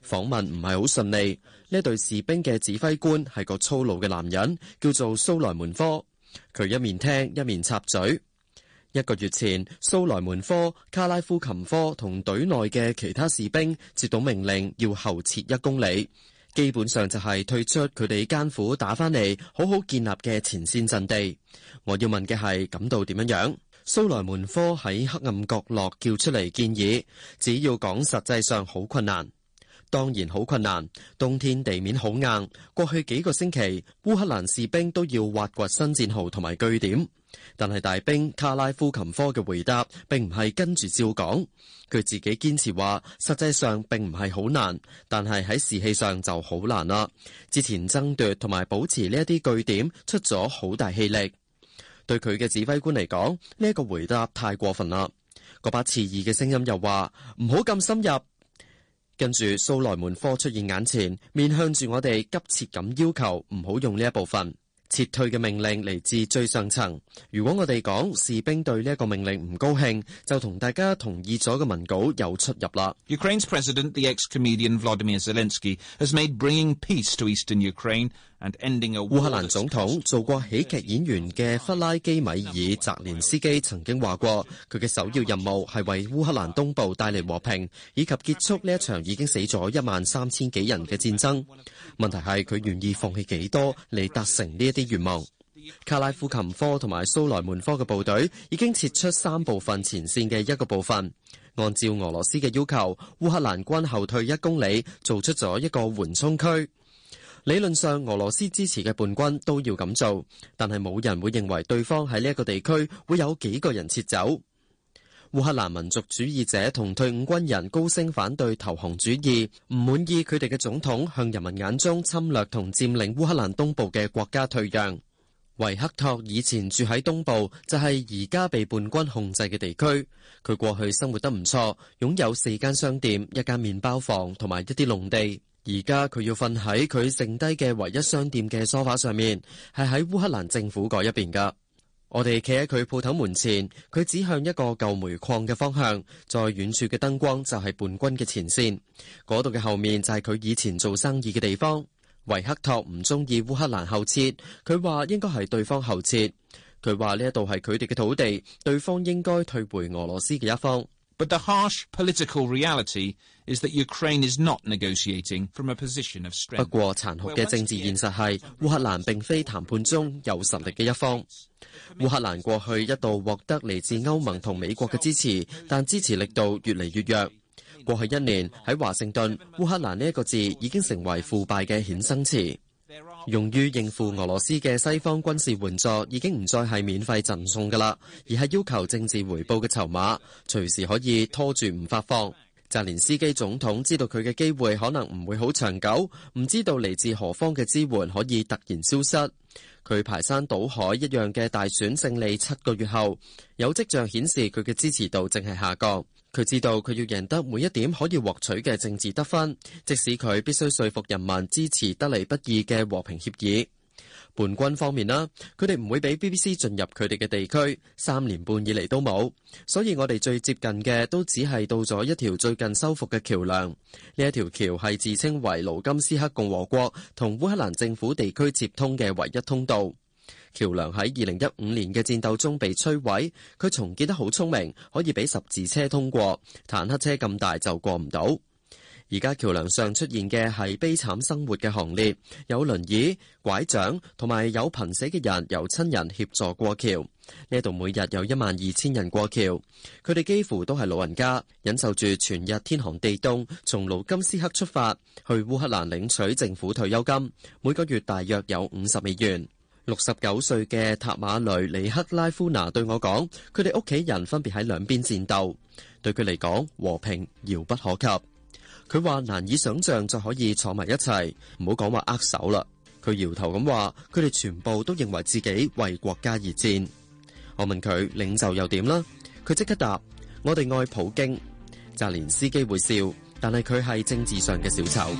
訪問唔係好順利。呢隊士兵嘅指揮官係個粗魯嘅男人，叫做蘇萊門科。佢一面聽一面插嘴。1個月前，蘇萊門科、卡拉夫琴科同隊內嘅其他士兵接到命令要後撤1公里，基本上就係退出佢哋艱苦打返嚟好好建立嘅前線陣地。我要問嘅係感到點樣？蘇萊門科喺黑暗角落叫出嚟建議，只要講實際上好困難。當然好困難，冬天地面好硬，過去幾個星期烏克蘭士兵都要挖掘新戰壕同埋據點。但係大兵卡拉夫琴科嘅回答並唔係跟住照講，佢自己堅持話實際上並唔係好難，但係喺士氣上就好難啦。之前爭奪同埋保持呢一啲據點出咗好大氣力，對佢嘅指揮官嚟講，呢一個回答太過分啦。嗰把刺耳嘅聲音又話唔好咁深入。跟住蘇萊門科出現眼前，面向住我哋急切咁要求唔好用呢一部分。撤退嘅命令嚟自最上層。如果我哋講士兵對呢一個命令唔高興，就同大家同意咗嘅文稿有出入啦。 Ukraine's president, the ex-comedian Vladimir Zelensky, has made bringing peace to eastern Ukraine and ending a war. 烏克蘭總統做過喜劇演員嘅弗拉基米爾·澤連斯基曾經話過，佢嘅首要任務係為烏克蘭東部帶嚟和平，以及結束呢一場已經死咗13000幾人嘅戰爭。問題係佢願意放棄幾多嚟達成呢一啲願望。卡拉夫琴科同埋蘇萊門科嘅部隊已經撤出3部分前線嘅一個部分。按照俄羅斯嘅要求，烏克蘭軍後退1公里，做出咗一個緩衝區。理論上，俄羅斯支持嘅叛軍都要咁做，但係冇人會認為對方喺呢一個地區會有幾個人撤走。烏克蘭民族主義者同退伍軍人高聲反對投降主義，唔滿意佢哋嘅總統向人民眼中侵略同佔領烏克蘭東部嘅國家退讓。維克托以前住喺東部，就係而家被叛軍控制嘅地區。佢過去生活得唔錯，擁有4間商店、1間麵包房同埋一啲農地。而家佢要瞓喺佢剩低嘅唯一商店嘅梳化上面，係喺烏克蘭政府嗰一邊噶。我哋企喺佢鋪頭門前，佢指向一個舊煤礦嘅方向，在遠處嘅燈光就係叛軍嘅前線，嗰度嘅後面就係佢以前做生意嘅地方。維克托唔中意烏克蘭後撤，佢話應該係對方後撤。佢話呢一度係佢哋嘅土地，對方應該退回俄羅斯嘅一方。 But the harsh political reality is that Ukraine is not negotiating from a position of strength. 不過殘酷嘅政治現實係，烏克蘭並非談判中有實力嘅一方。烏克蘭過去一度獲得嚟自歐盟同美國嘅支持，但支持力度越嚟越弱。過去1年喺華盛頓，烏克蘭呢一個字已經成為腐敗嘅衍生詞。用於應付俄羅斯嘅西方軍事援助已經唔再係免費贈送㗎啦，而係要求政治回報嘅籌碼，隨時可以拖住唔發放。澤連斯基總統知道佢嘅機會可能唔會好長久，唔知道嚟自何方嘅支援可以突然消失。佢排山倒海一樣嘅大選勝利7個月後，有跡象顯示佢嘅支持度正係下降。佢知道佢要贏得每一點可以獲取嘅政治得分，即使佢必須說服人民支持得嚟不易嘅和平協議。叛軍方面啦，佢哋唔會俾 BBC 進入佢哋嘅地區，3年半以嚟都冇，所以我哋最接近嘅都只係到咗一條最近修復嘅橋樑。呢一條橋係自稱為盧甘斯克共和國同烏克蘭政府地區接通嘅唯一通道。橋樑喺2015年嘅戰鬥中被摧毀，佢重建得好聰明，可以俾10字車通過，坦克車咁大就過唔到。而家橋樑上出現嘅係悲慘生活嘅行列，有輪椅、拐杖同埋有瀕死嘅人由親人協助過橋。呢度每日有12000人過橋，佢哋幾乎都係老人家，忍受住全日天寒地凍，從盧甘斯克出發去烏克蘭領取政府退休金，每個月大約有50美元。69歲嘅塔馬雷尼克拉夫拿對我講，佢哋屋企人分別喺兩邊戰鬥，對佢嚟講和平遙不可及。佢話難以想像就可以坐埋一齊，唔好講話握手啦。佢搖頭咁話，佢哋全部都認為自己為國家而戰。我問佢領袖又點啦？佢即刻答：我哋愛普京。澤連斯基會笑，但係佢係政治上嘅小丑。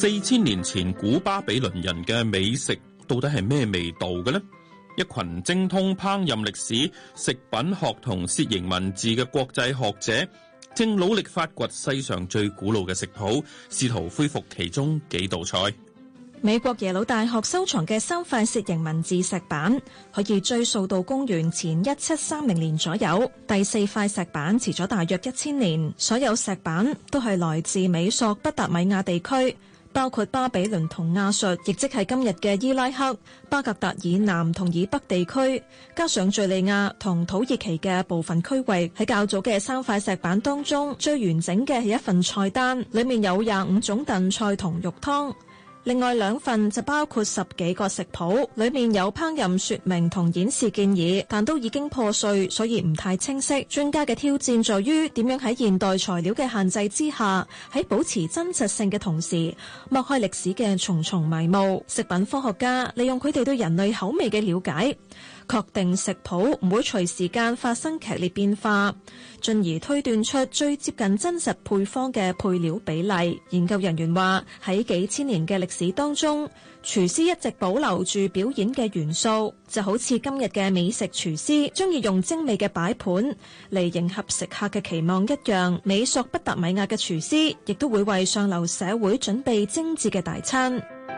4000年前古巴比倫人嘅美食到底係咩味道嘅呢？一群精通烹飪歷史、食品學同楔形文字嘅國際學者，正努力發掘世上最古老嘅食譜，試圖恢復其中幾道菜。 美國耶魯大學收藏嘅3塊楔形文字石板，可以追溯到公元前1730年左右。第4塊石板遲咗大約1000年。所有石板都係來自美索不達米亞地區，包括巴比倫同亞述，亦即係今日嘅伊拉克、巴格達以南同以北地區，加上敘利亞同土耳其嘅部分區域。喺較早嘅3塊石板當中，最完整嘅係一份菜單，裡面有25種燉菜同肉湯。另外2份就包括10幾個食譜，裡面有烹飪說明同演示建議，但都已經破碎，所以唔太清晰。專家嘅挑戰在於點樣喺現代材料嘅限制之下，喺保持真實性嘅同時，剝開歷史嘅重重迷霧。食品科學家利用佢哋對人類口味嘅了解，確定食譜唔會隨時間發生劇烈變化，進而推斷出最接近真實配方嘅配料比例。研究人員話，喺幾千年嘅歷史當中，廚師一直保留住表演嘅元素，就好似今日嘅美食廚師鍾意用精美嘅擺盤嚟迎合食客嘅期望一樣，美索不達米亞嘅廚師亦都會為上流社會準備精緻嘅大餐。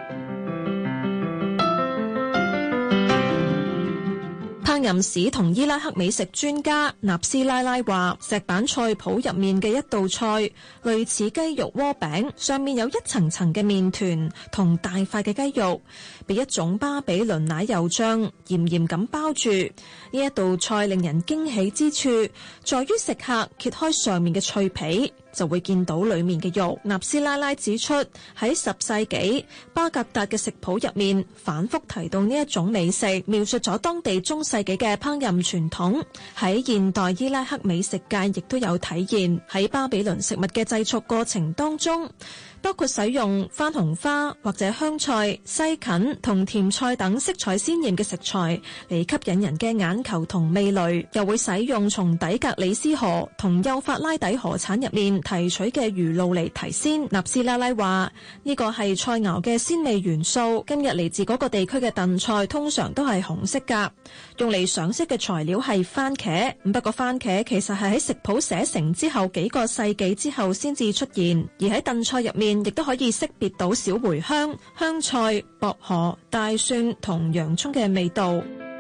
烹飪史同伊拉克美食專家納斯拉拉話，石板菜譜入面嘅一道菜類似雞肉鍋餅，上面有一層層嘅麵團同大塊嘅雞肉，被一種巴比倫奶油醬嚴嚴咁包住。呢一道菜令人驚喜之處，在於食客揭開上面嘅脆皮，就會見到裡面嘅肉。納斯拉拉指出，喺10世紀巴格達嘅食譜入面反覆提到呢一種美食，描述咗當地中世紀嘅烹飪傳統。喺現代伊拉克美食界亦都有體現。喺巴比倫食物嘅製作過程當中，包括使用番紅花或者香菜、西芹同甜菜等色彩鮮豔嘅食材嚟吸引人嘅眼球同味蕾，又會使用從底格里斯河同幼發拉底河產入面提取嘅魚露嚟提鮮。納斯拉拉話，呢個係菜肴嘅鮮味元素。今日嚟自嗰個地區嘅燉菜通常都係紅色㗎，用嚟上色嘅材料係番茄。不過番茄其實係喺食譜寫成之後幾個世紀之後先至出現，而喺燉菜入面亦都可以識別到小茴香、香菜、薄荷、大蒜同洋蔥嘅味道。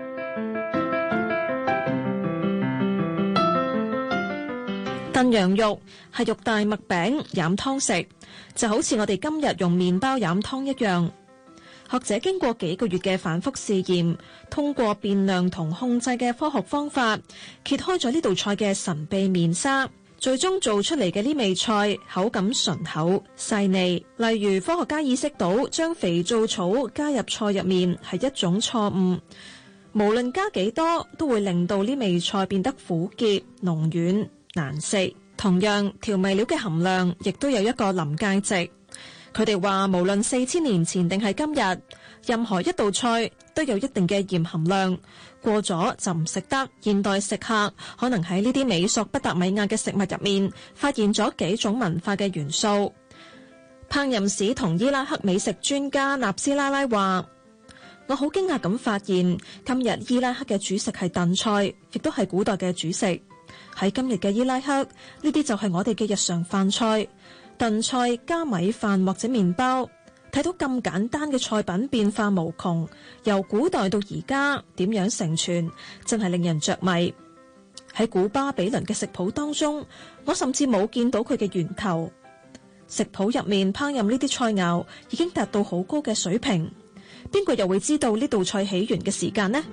燉羊肉係肉大麥餅飲湯食，就好似我哋今日用麵包飲湯一樣。學者經過幾個月嘅反覆試驗，通過變量同控制嘅科學方法，揭開咗呢道菜嘅神秘面紗。最終做出嚟嘅呢味菜口感醇厚細膩。例如科學家意識到將肥皂草加入菜入面係一種錯誤，無論加幾多都會令到呢味菜變得苦澀濃軟難食。同樣調味料嘅含量亦都有一個臨界值。佢哋話無論4000年前定係今日，任何一道菜都有一定嘅鹽含量，過咗就唔食得。現代食客可能喺呢啲美索不達米亞嘅食物入面發現咗幾種文化嘅元素。烹飪史同伊拉克美食專家納斯拉拉話，我好驚訝咁發現今日伊拉克嘅主食係燉菜，亦都係古代嘅主食。喺今日嘅伊拉克，呢啲就係我哋嘅日常飯菜。燉菜加米飯或者麵包，睇到咁簡單嘅菜品變化無窮，由古代到而家點樣成傳，真係令人着迷。喺古巴比倫嘅食譜當中，我甚至冇見到佢嘅源頭。食譜入面烹飪呢啲菜肴已經達到好高嘅水平，邊個又會知道呢道菜起源嘅時間呢？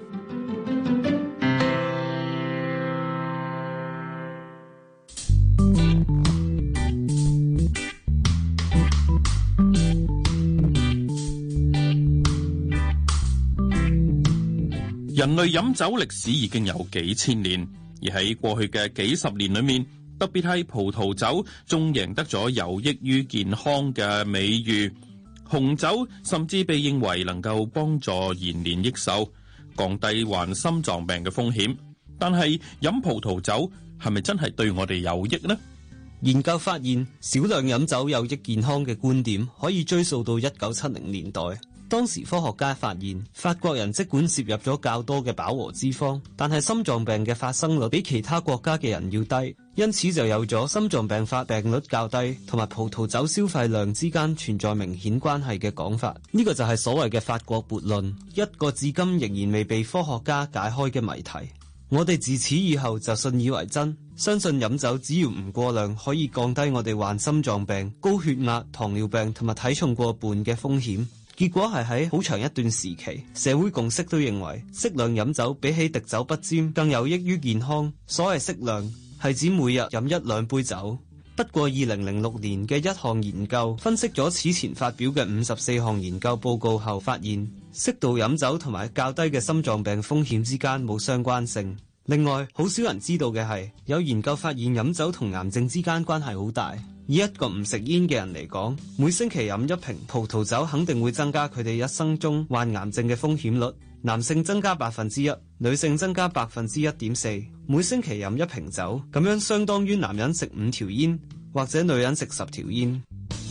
人類飲酒歷史已經有幾千年，而喺過去嘅幾十年裏面，特別係葡萄酒仲贏得咗有益於健康嘅美譽。紅酒甚至被認為能夠幫助延年益壽，降低患心臟病嘅風險。但係飲葡萄酒係咪真係對我哋有益呢？ 研究發現，少量飲酒有益健康嘅觀點可以追溯到1970年代。當時科學家發現，法國人即管攝入咗較多嘅飽和脂肪，但係心臟病嘅發生率比其他國家嘅人要低，因此就有咗心臟病發病率較低同埋葡萄酒消費量之間存在明顯關係嘅講法。呢個就係所謂嘅法國悖論，一個至今仍然未被科學家解開嘅謎題。我哋自此以後就信以為真，相信飲酒只要唔過量，可以降低我哋患心臟病、高血壓、糖尿病同埋體重過半嘅風險。結果係喺好長一段時期，社會共識都認為適量飲酒比起滴酒不沾更有益於健康。所謂適量係指每日飲1-2杯酒。不過2006年嘅一項研究分析咗此前發表嘅54項研究報告後，發現適度飲酒同埋較低嘅心臟病風險之間冇相關性。另外，好少人知道嘅係，有研究發現飲酒同癌症之間關係好大。以一個唔食煙嘅人嚟講，每星期飲1瓶葡萄酒肯定會增加佢哋一生中患癌症嘅風險率。男性增加1%，女性增加1.4%。每星期飲1瓶酒，咁樣相當於男人食5條煙，或者女人食10條煙。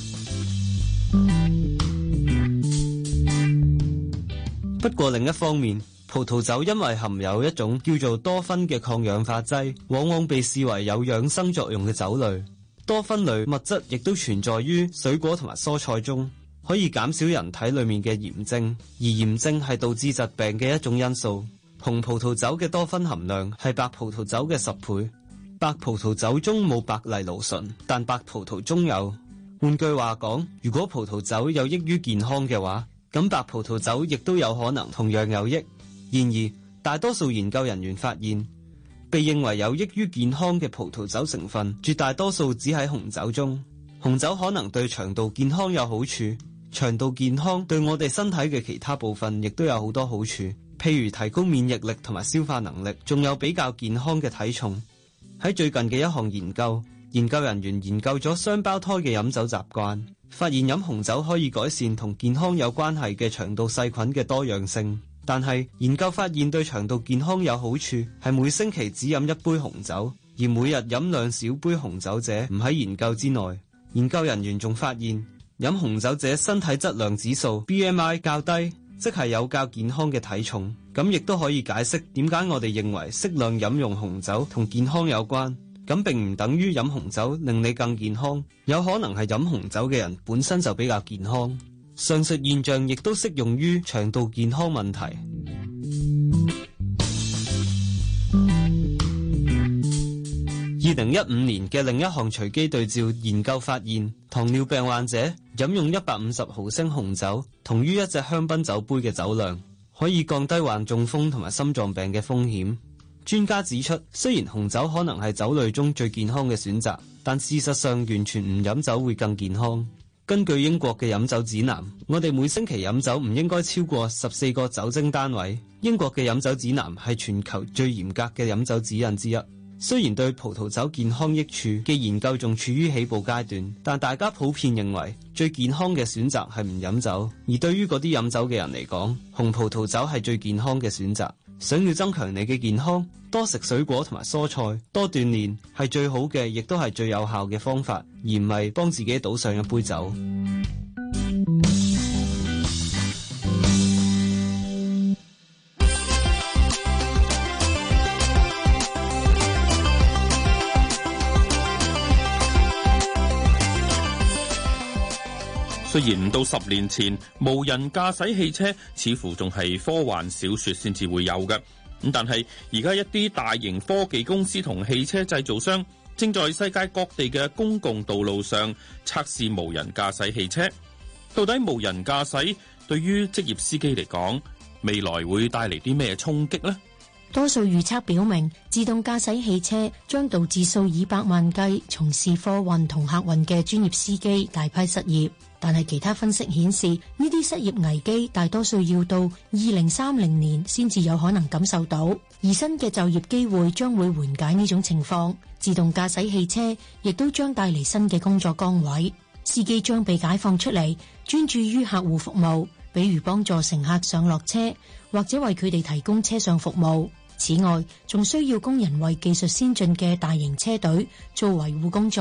不過另一方面，葡萄酒因為含有一種叫做多酚嘅抗氧化劑，往往被視為有養生作用嘅酒類。多酚類物質亦都存在於水果同埋蔬菜中，可以減少人體裏面嘅炎症，而炎症係導致疾病嘅一種因素。紅葡萄酒嘅多酚含量係白葡萄酒嘅10倍。白葡萄酒中冇白藜蘆醇，但白葡萄中有。換句話講，如果葡萄酒有益於健康嘅話，咁白葡萄酒亦都有可能同樣有益。然而，大多數研究人員發現，被認為有益於健康嘅葡萄酒成分，絕大多數只喺紅酒中。紅酒可能對腸道健康有好處，腸道健康對我哋身體嘅其他部分亦都有好多好處，譬如提高免疫力同埋消化能力，仲有比較健康嘅體重。喺最近嘅一項研究，研究人員研究咗雙胞胎嘅飲酒習慣，發現飲紅酒可以改善同健康有關係嘅腸道細菌嘅多樣性。但係研究發現對腸道健康有好處係每星期只飲1杯紅酒，而每日飲2小杯紅酒者唔喺研究之內。研究人員仲發現飲紅酒者身體質量指數 BMI 較低，即係有較健康嘅體重。咁亦都可以解釋點解我哋認為適量飲用紅酒同健康有關。咁並唔等於飲紅酒令你更健康，有可能係飲紅酒嘅人本身就比較健康。上述現象亦都適用於腸道健康問題。2015年嘅另一項隨機對照研究發現，糖尿病患者飲用150毫升紅酒，同於一隻香檳酒杯嘅酒量，可以降低患中風同埋心臟病嘅風險。專家指出，雖然紅酒可能係酒類中最健康嘅選擇，但事實上完全唔飲酒會更健康。根據英國嘅飲酒指南，我哋每星期飲酒唔應該超過14個酒精單位。英國嘅飲酒指南係全球最嚴格嘅飲酒指引之一。雖然對葡萄酒健康益處嘅研究仲處於起步階段，但大家普遍認為最健康嘅選擇係唔飲酒。而對於嗰啲飲酒嘅人嚟講，紅葡萄酒係最健康嘅選擇。想要增強你嘅健康，多食水果同埋蔬菜，多鍛煉係最好嘅，亦都係最有效嘅方法，而唔係幫自己倒上一杯酒。 雖然到10年前，無人駕駛汽車似乎仲係科幻小說先至會有嘅，咁但係而家一啲大型科技公司同汽車製造商正在世界各地嘅公共道路上測試無人駕駛汽車。到底無人駕駛對於職業司機嚟講，未來會帶嚟啲咩衝擊呢？ 多數預測表明，自動駕駛汽車將導致數以百萬計從事貨運同客運嘅專業司機大批失業。但係其他分析顯示，呢啲失業危機大多數要到2030年先至有可能感受到，而新嘅就業機會將會緩解呢種情況。自動駕駛汽車亦都將帶嚟新嘅工作崗位，司機將被解放出嚟，專注於客戶服務，比如幫助乘客上落車，或者為佢哋提供車上服務。此外，仲需要工人為技術先進嘅大型車隊做維護工作。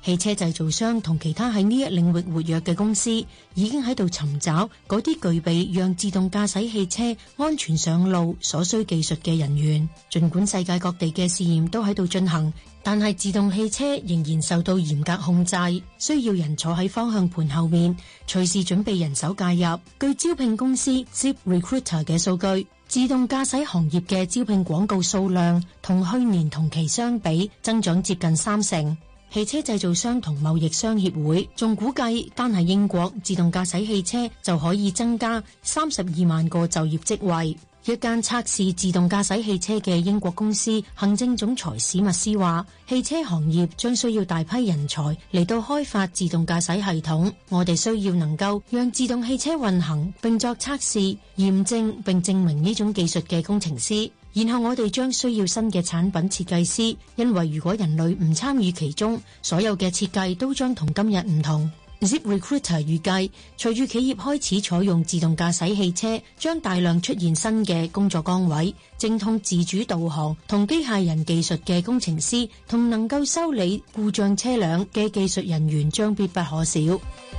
汽車製造商同其他喺呢一領域活躍嘅公司已經喺度尋找嗰啲具備讓自動駕駛汽車安全上路所需技術嘅人員。儘管世界各地嘅試驗都喺度進行，但係自動汽車仍然受到嚴格控制，需要人坐喺方向盤後面，隨時準備人手介入。據招聘公司 ZipRecruiter 嘅數據，自動駕駛行業嘅招聘廣告數量同去年同期相比增長接近30%。汽車製造商同貿易商協會仲估計，單係英國自動駕駛汽車就可以增加32萬個就業職位。一間測試自動駕駛汽車嘅英國公司行政總裁史密斯話，汽車行業將需要大批人才嚟到開發自動駕駛系統。我哋需要能夠讓自動汽車運行並作測試、驗證並證明呢種技術嘅工程師。然後我哋將需要新嘅產品設計師，因為如果人類唔參與其中，所有嘅設計都將同今日唔同。ZipRecruiter 預計，隨住企業開始採用自動駕駛汽車，將大量出現新嘅工作崗位，精通自主導航同機械人技術嘅工程師，同能夠修理故障車輛嘅技術人員將必不可少。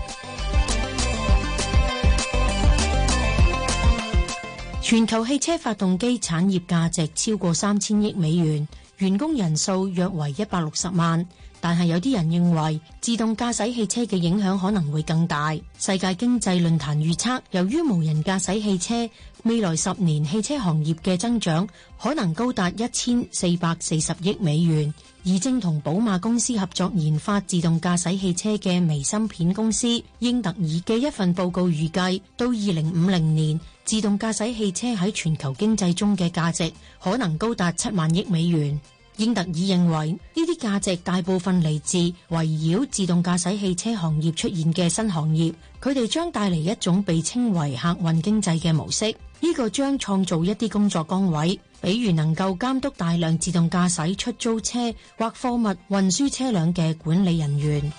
全球汽車發動機產業價值超過3000億美元，員工人數約為160萬。但係有啲人認為自動駕駛汽車嘅影響可能會更大。世界經濟論壇預測，由於無人駕駛汽車，未來10年汽車行業嘅增長可能高達1440億美元。而正同寶馬公司合作研發自動駕駛汽車嘅微芯片公司英特爾嘅一份報告預計，到2050年，自動駕駛汽車喺全球經濟中嘅價值可能高達7萬億美元。英特爾認為呢啲價值大部分嚟自圍繞自動駕駛汽車行業出現嘅新行業，佢哋將帶嚟一種被稱為客運經濟嘅模式。呢個將創造一啲工作崗位，比如能夠監督大量自動駕駛出租車或貨物運輸車輛嘅管理人員。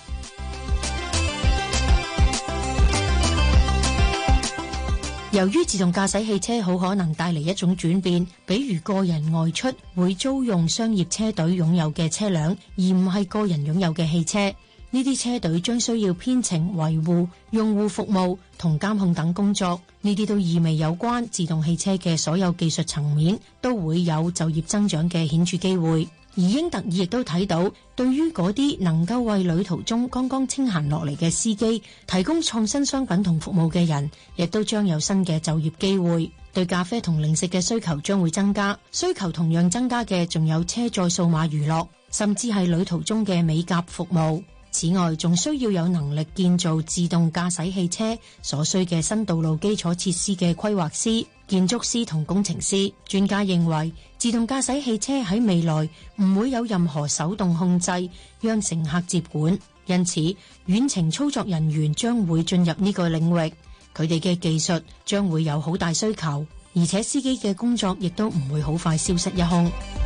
由於自動駕駛汽車好可能帶嚟一種轉變，比如個人外出會租用商業車隊擁有嘅車輛，而唔係個人擁有嘅汽車。呢啲車隊將需要編程、維護、用戶服務同監控等工作，呢啲都意味有關自動汽車嘅所有技術層面都會有就業增長嘅顯著機會。而英特爾亦都睇到，對於嗰啲能夠為旅途中剛剛清閒落嚟嘅司機提供創新商品同服務嘅人，亦都將有新嘅就業機會。對咖啡同零食嘅需求將會增加，需求同樣增加嘅仲有車載數碼娛樂，甚至係旅途中嘅美甲服務。此外，仲需要有能力建造自動駕駛汽車所需嘅新道路基礎設施嘅規劃師、建築師同工程師。專家認為，自動駕駛汽車喺未來唔會有任何手動控制，讓乘客接管，因此遠程操作人員將會進入呢個領域，佢哋嘅技術將會有好大需求，而且司機嘅工作亦都唔會好快消失一空。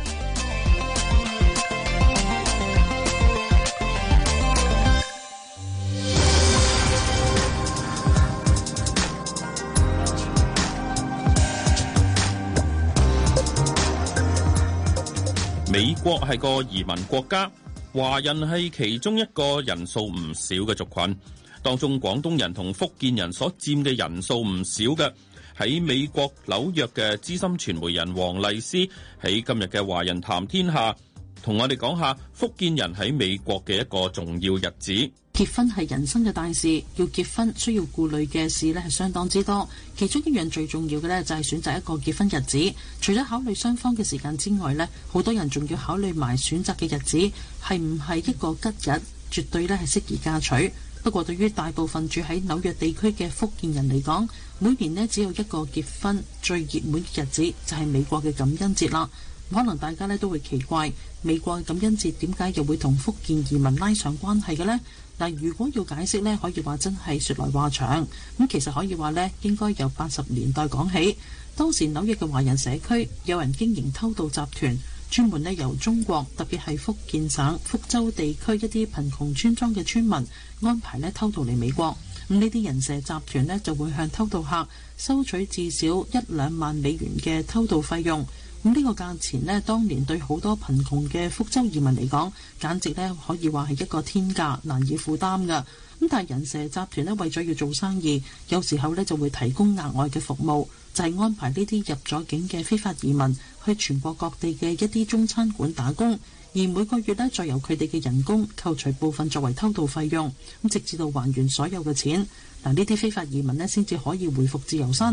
美國係個移民國家，華人係其中一個人數唔少嘅族群，當中廣東人同福建人所佔嘅人數唔少嘅。喺美國紐約嘅資深傳媒人黃麗詩喺今日嘅華人談天下同我哋講下福建人喺美國嘅一個重要日子。 結婚係人生嘅大事，要結婚需要顧慮嘅事呢係相當之多，其中一樣最重要嘅呢，就係選擇一個結婚日子。除咗考慮雙方嘅時間之外呢，好多人仲要考慮埋選擇嘅日子係唔係一個吉日，絕對呢係適宜嫁娶。不過對於大部分住喺紐約地區嘅福建人嚟講，每年呢只有一個結婚最熱門嘅日子就係美國嘅感恩節啦。可能大家呢都會奇怪，美國嘅感恩節點解又會同福建移民拉上關係嘅呢？但如果要解釋呢，可以話真係說來話長。咁其實可以話呢，應該由80年代講起。當時紐約嘅華人社區有人經營偷渡集團，專門呢由中國，特別係福建省福州地區一啲貧窮村莊嘅村民安排呢偷渡嚟美國。咁呢啲人蛇集團呢就會向偷渡客收取至少1-2萬美元嘅偷渡費用。 咁呢個價錢呢，當年對好多貧窮嘅福州移民嚟講，簡直呢可以話係一個天價，難以負擔㗎。咁但係人蛇集團呢，為咗要做生意，有時候呢就會提供額外嘅服務，就係安排呢啲入咗境嘅非法移民去全國各地嘅一啲中餐館打工，而每個月呢，再由佢哋嘅人工扣除部分作為偷渡費用，咁直至到還原所有嘅錢，嗱呢啲非法移民呢，先至可以回復自由身。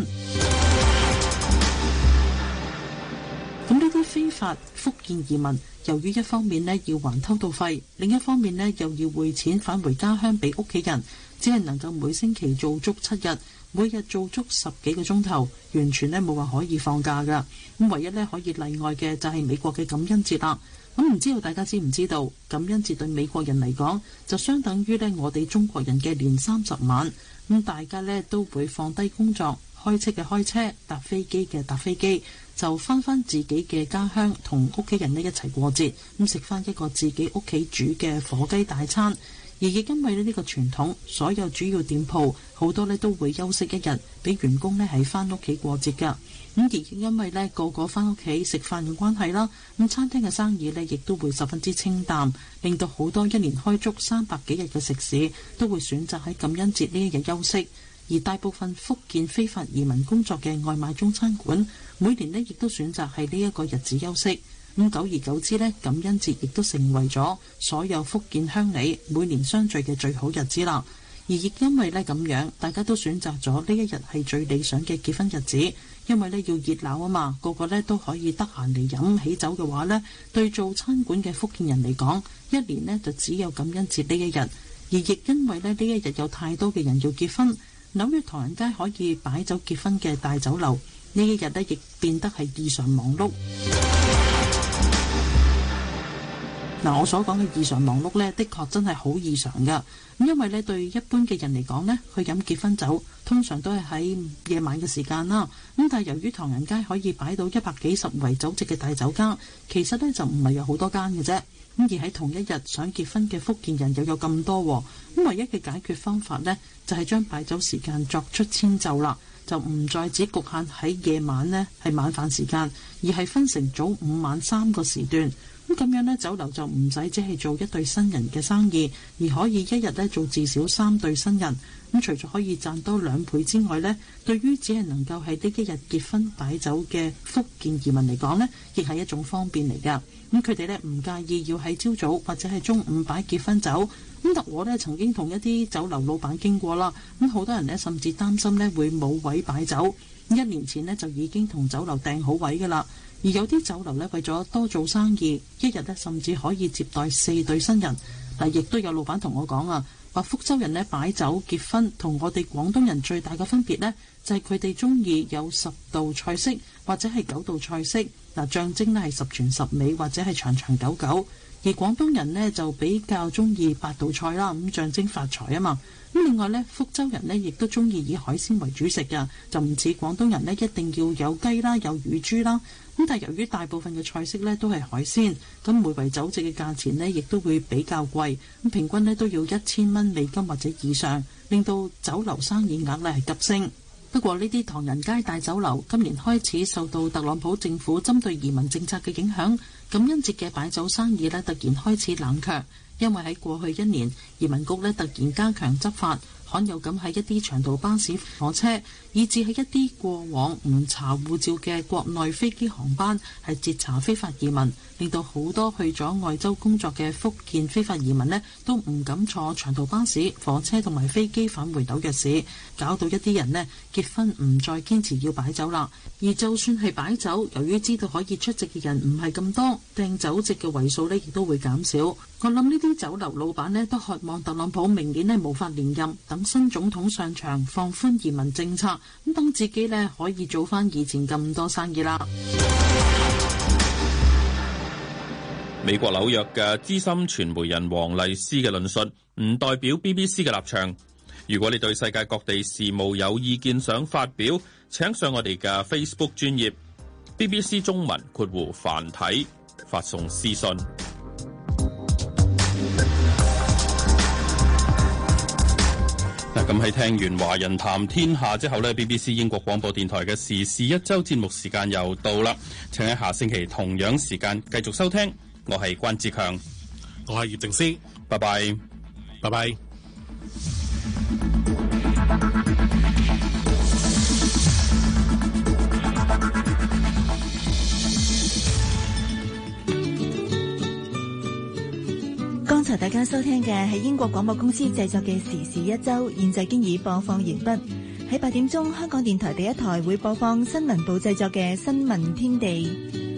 咁呢啲非法福建移民，由於一方面呢要還偷渡費，另一方面呢又要匯錢返回家鄉俾屋企人，只係能夠每星期做足7日，每日做足10幾個鐘頭，完全呢冇話可以放假㗎。咁唯一呢可以例外嘅就係美國嘅感恩節啦。咁唔知道大家知唔知道，感恩節對美國人嚟講就相等於呢我哋中國人嘅年30晚。咁大家呢都會放低工作，開車嘅開車，搭飛機嘅搭飛機，就翻自己嘅家鄉，同屋企人呢一齊過節，咁食翻一個自己屋企煮嘅火雞大餐。而亦因為呢個傳統，所有主要店鋪好多呢都會休息一日，俾員工呢係翻屋企過節㗎。咁而因為呢個個翻屋企食飯嘅關係啦，咁餐廳嘅生意呢亦都會十分之清淡，令到好多一年開足300幾日嘅食肆都會選擇喺感恩節呢一日休息。而大部分福建非法移民工作嘅外賣中餐館，每年呢亦都選擇喺呢一個日子休息。咁久而久之呢，感恩節亦都成為咗所有福建鄉里每年相聚嘅最好日子啦。而亦因為呢咁樣，大家都選擇咗呢一日係最理想嘅結婚日子，因為呢要熱鬧啊嘛，個個呢都可以得閒嚟飲喜酒嘅話呢，對做餐館嘅福建人嚟講，一年呢就只有感恩節呢一日。而亦因為呢一日有太多嘅人要結婚，紐約唐人街可以擺酒結婚嘅大酒樓，呢一日呢亦變得係異常忙碌。嗱，我所講嘅異常忙碌呢，的確真係好異常㗎。咁因為呢，對一般嘅人嚟講呢，去飲結婚酒通常都係喺夜晚嘅時間啦。咁但係由於唐人街可以擺到100幾十圍酒席嘅大酒家，其實呢就唔係有好多間嘅啫。咁而喺同一日想結婚嘅福建人又有咁多，咁唯一嘅解決方法呢，就係將擺酒時間作出遷就啦，就唔再只局限喺夜晚呢係晚飯時間，而係分成早午晚3個時段。咁樣呢，酒樓就唔使只係做一對新人嘅生意，而可以一日呢做至少3對新人。咁除咗可以賺多2倍之外呢，對於只係能夠喺呢一日結婚擺酒嘅福建移民嚟講呢，亦係一種方便嚟㗎。咁佢哋呢唔介意要喺朝早或者係中午擺結婚酒。咁我呢曾經同一啲酒樓老闆經過啦，咁好多人呢甚至擔心呢會冇位擺酒。1年前呢就已經同酒樓訂好位㗎啦。而有啲酒樓呢，為咗多做生意，一日呢甚至可以接待4對新人。嗱，亦都有老闆同我講啊，話福州人呢擺酒結婚同我哋廣東人最大嘅分別呢，就係佢哋中意有10道菜式或者係9道菜式，嗱，象徵呢係十全十美或者係長長久久。而廣東人呢，就比較中意8道菜啦，咁象徵發財啊嘛。咁另外呢，福州人呢亦都中意以海鮮為主食㗎，就唔似廣東人呢一定要有雞啦，有乳豬啦。咁但係由於大部分嘅菜式呢都係海鮮，咁每圍酒席嘅價錢呢亦都會比較貴，咁平均呢都要1000蚊美金或者以上，令到酒樓生意額呢係急升。不過呢啲唐人街大酒樓今年開始受到特朗普政府針對移民政策嘅影響，感恩節嘅擺酒生意呢突然開始冷卻，因為喺過去1年，移民局呢突然加強執法，罕有咁喺一啲長途巴士、火車，以至喺一啲過往唔查護照嘅國內飛機航班，係截查非法移民，令到好多去咗外州工作嘅福建非法移民呢都唔敢坐長途巴士、火車同埋飛機返回紐約市，搞到一啲人呢結婚唔再堅持要擺酒啦。而就算係擺酒，由於知道可以出席嘅人唔係咁多，訂酒席嘅位數呢亦都會減少。我諗呢啲酒樓老闆呢都渴望特朗普明年呢無法連任，等新總統上場放寬移民政策，咁等自己呢可以做翻以前咁多生意啦。 美國紐約嘅資深傳媒人黃麗斯嘅論述唔代表 BBC 嘅立場。如果你對世界各地事務有意見想發表，請上我哋嘅 Facebook 專頁 BBC 中文（繁體）發送私信。 咁喺聽完華人談天下之後呢， BBC 英國廣播電台嘅時事一周節目時間又到啦，請喺下星期同樣時間繼續收聽。我係關志強， 我係葉靜思， 拜拜， 拜拜。 剛才大家收聽嘅係英國廣播公司製作嘅時事一周，現在經已播放完畢。喺8點鐘，香港電台第一台會播放新聞部製作嘅新聞天地。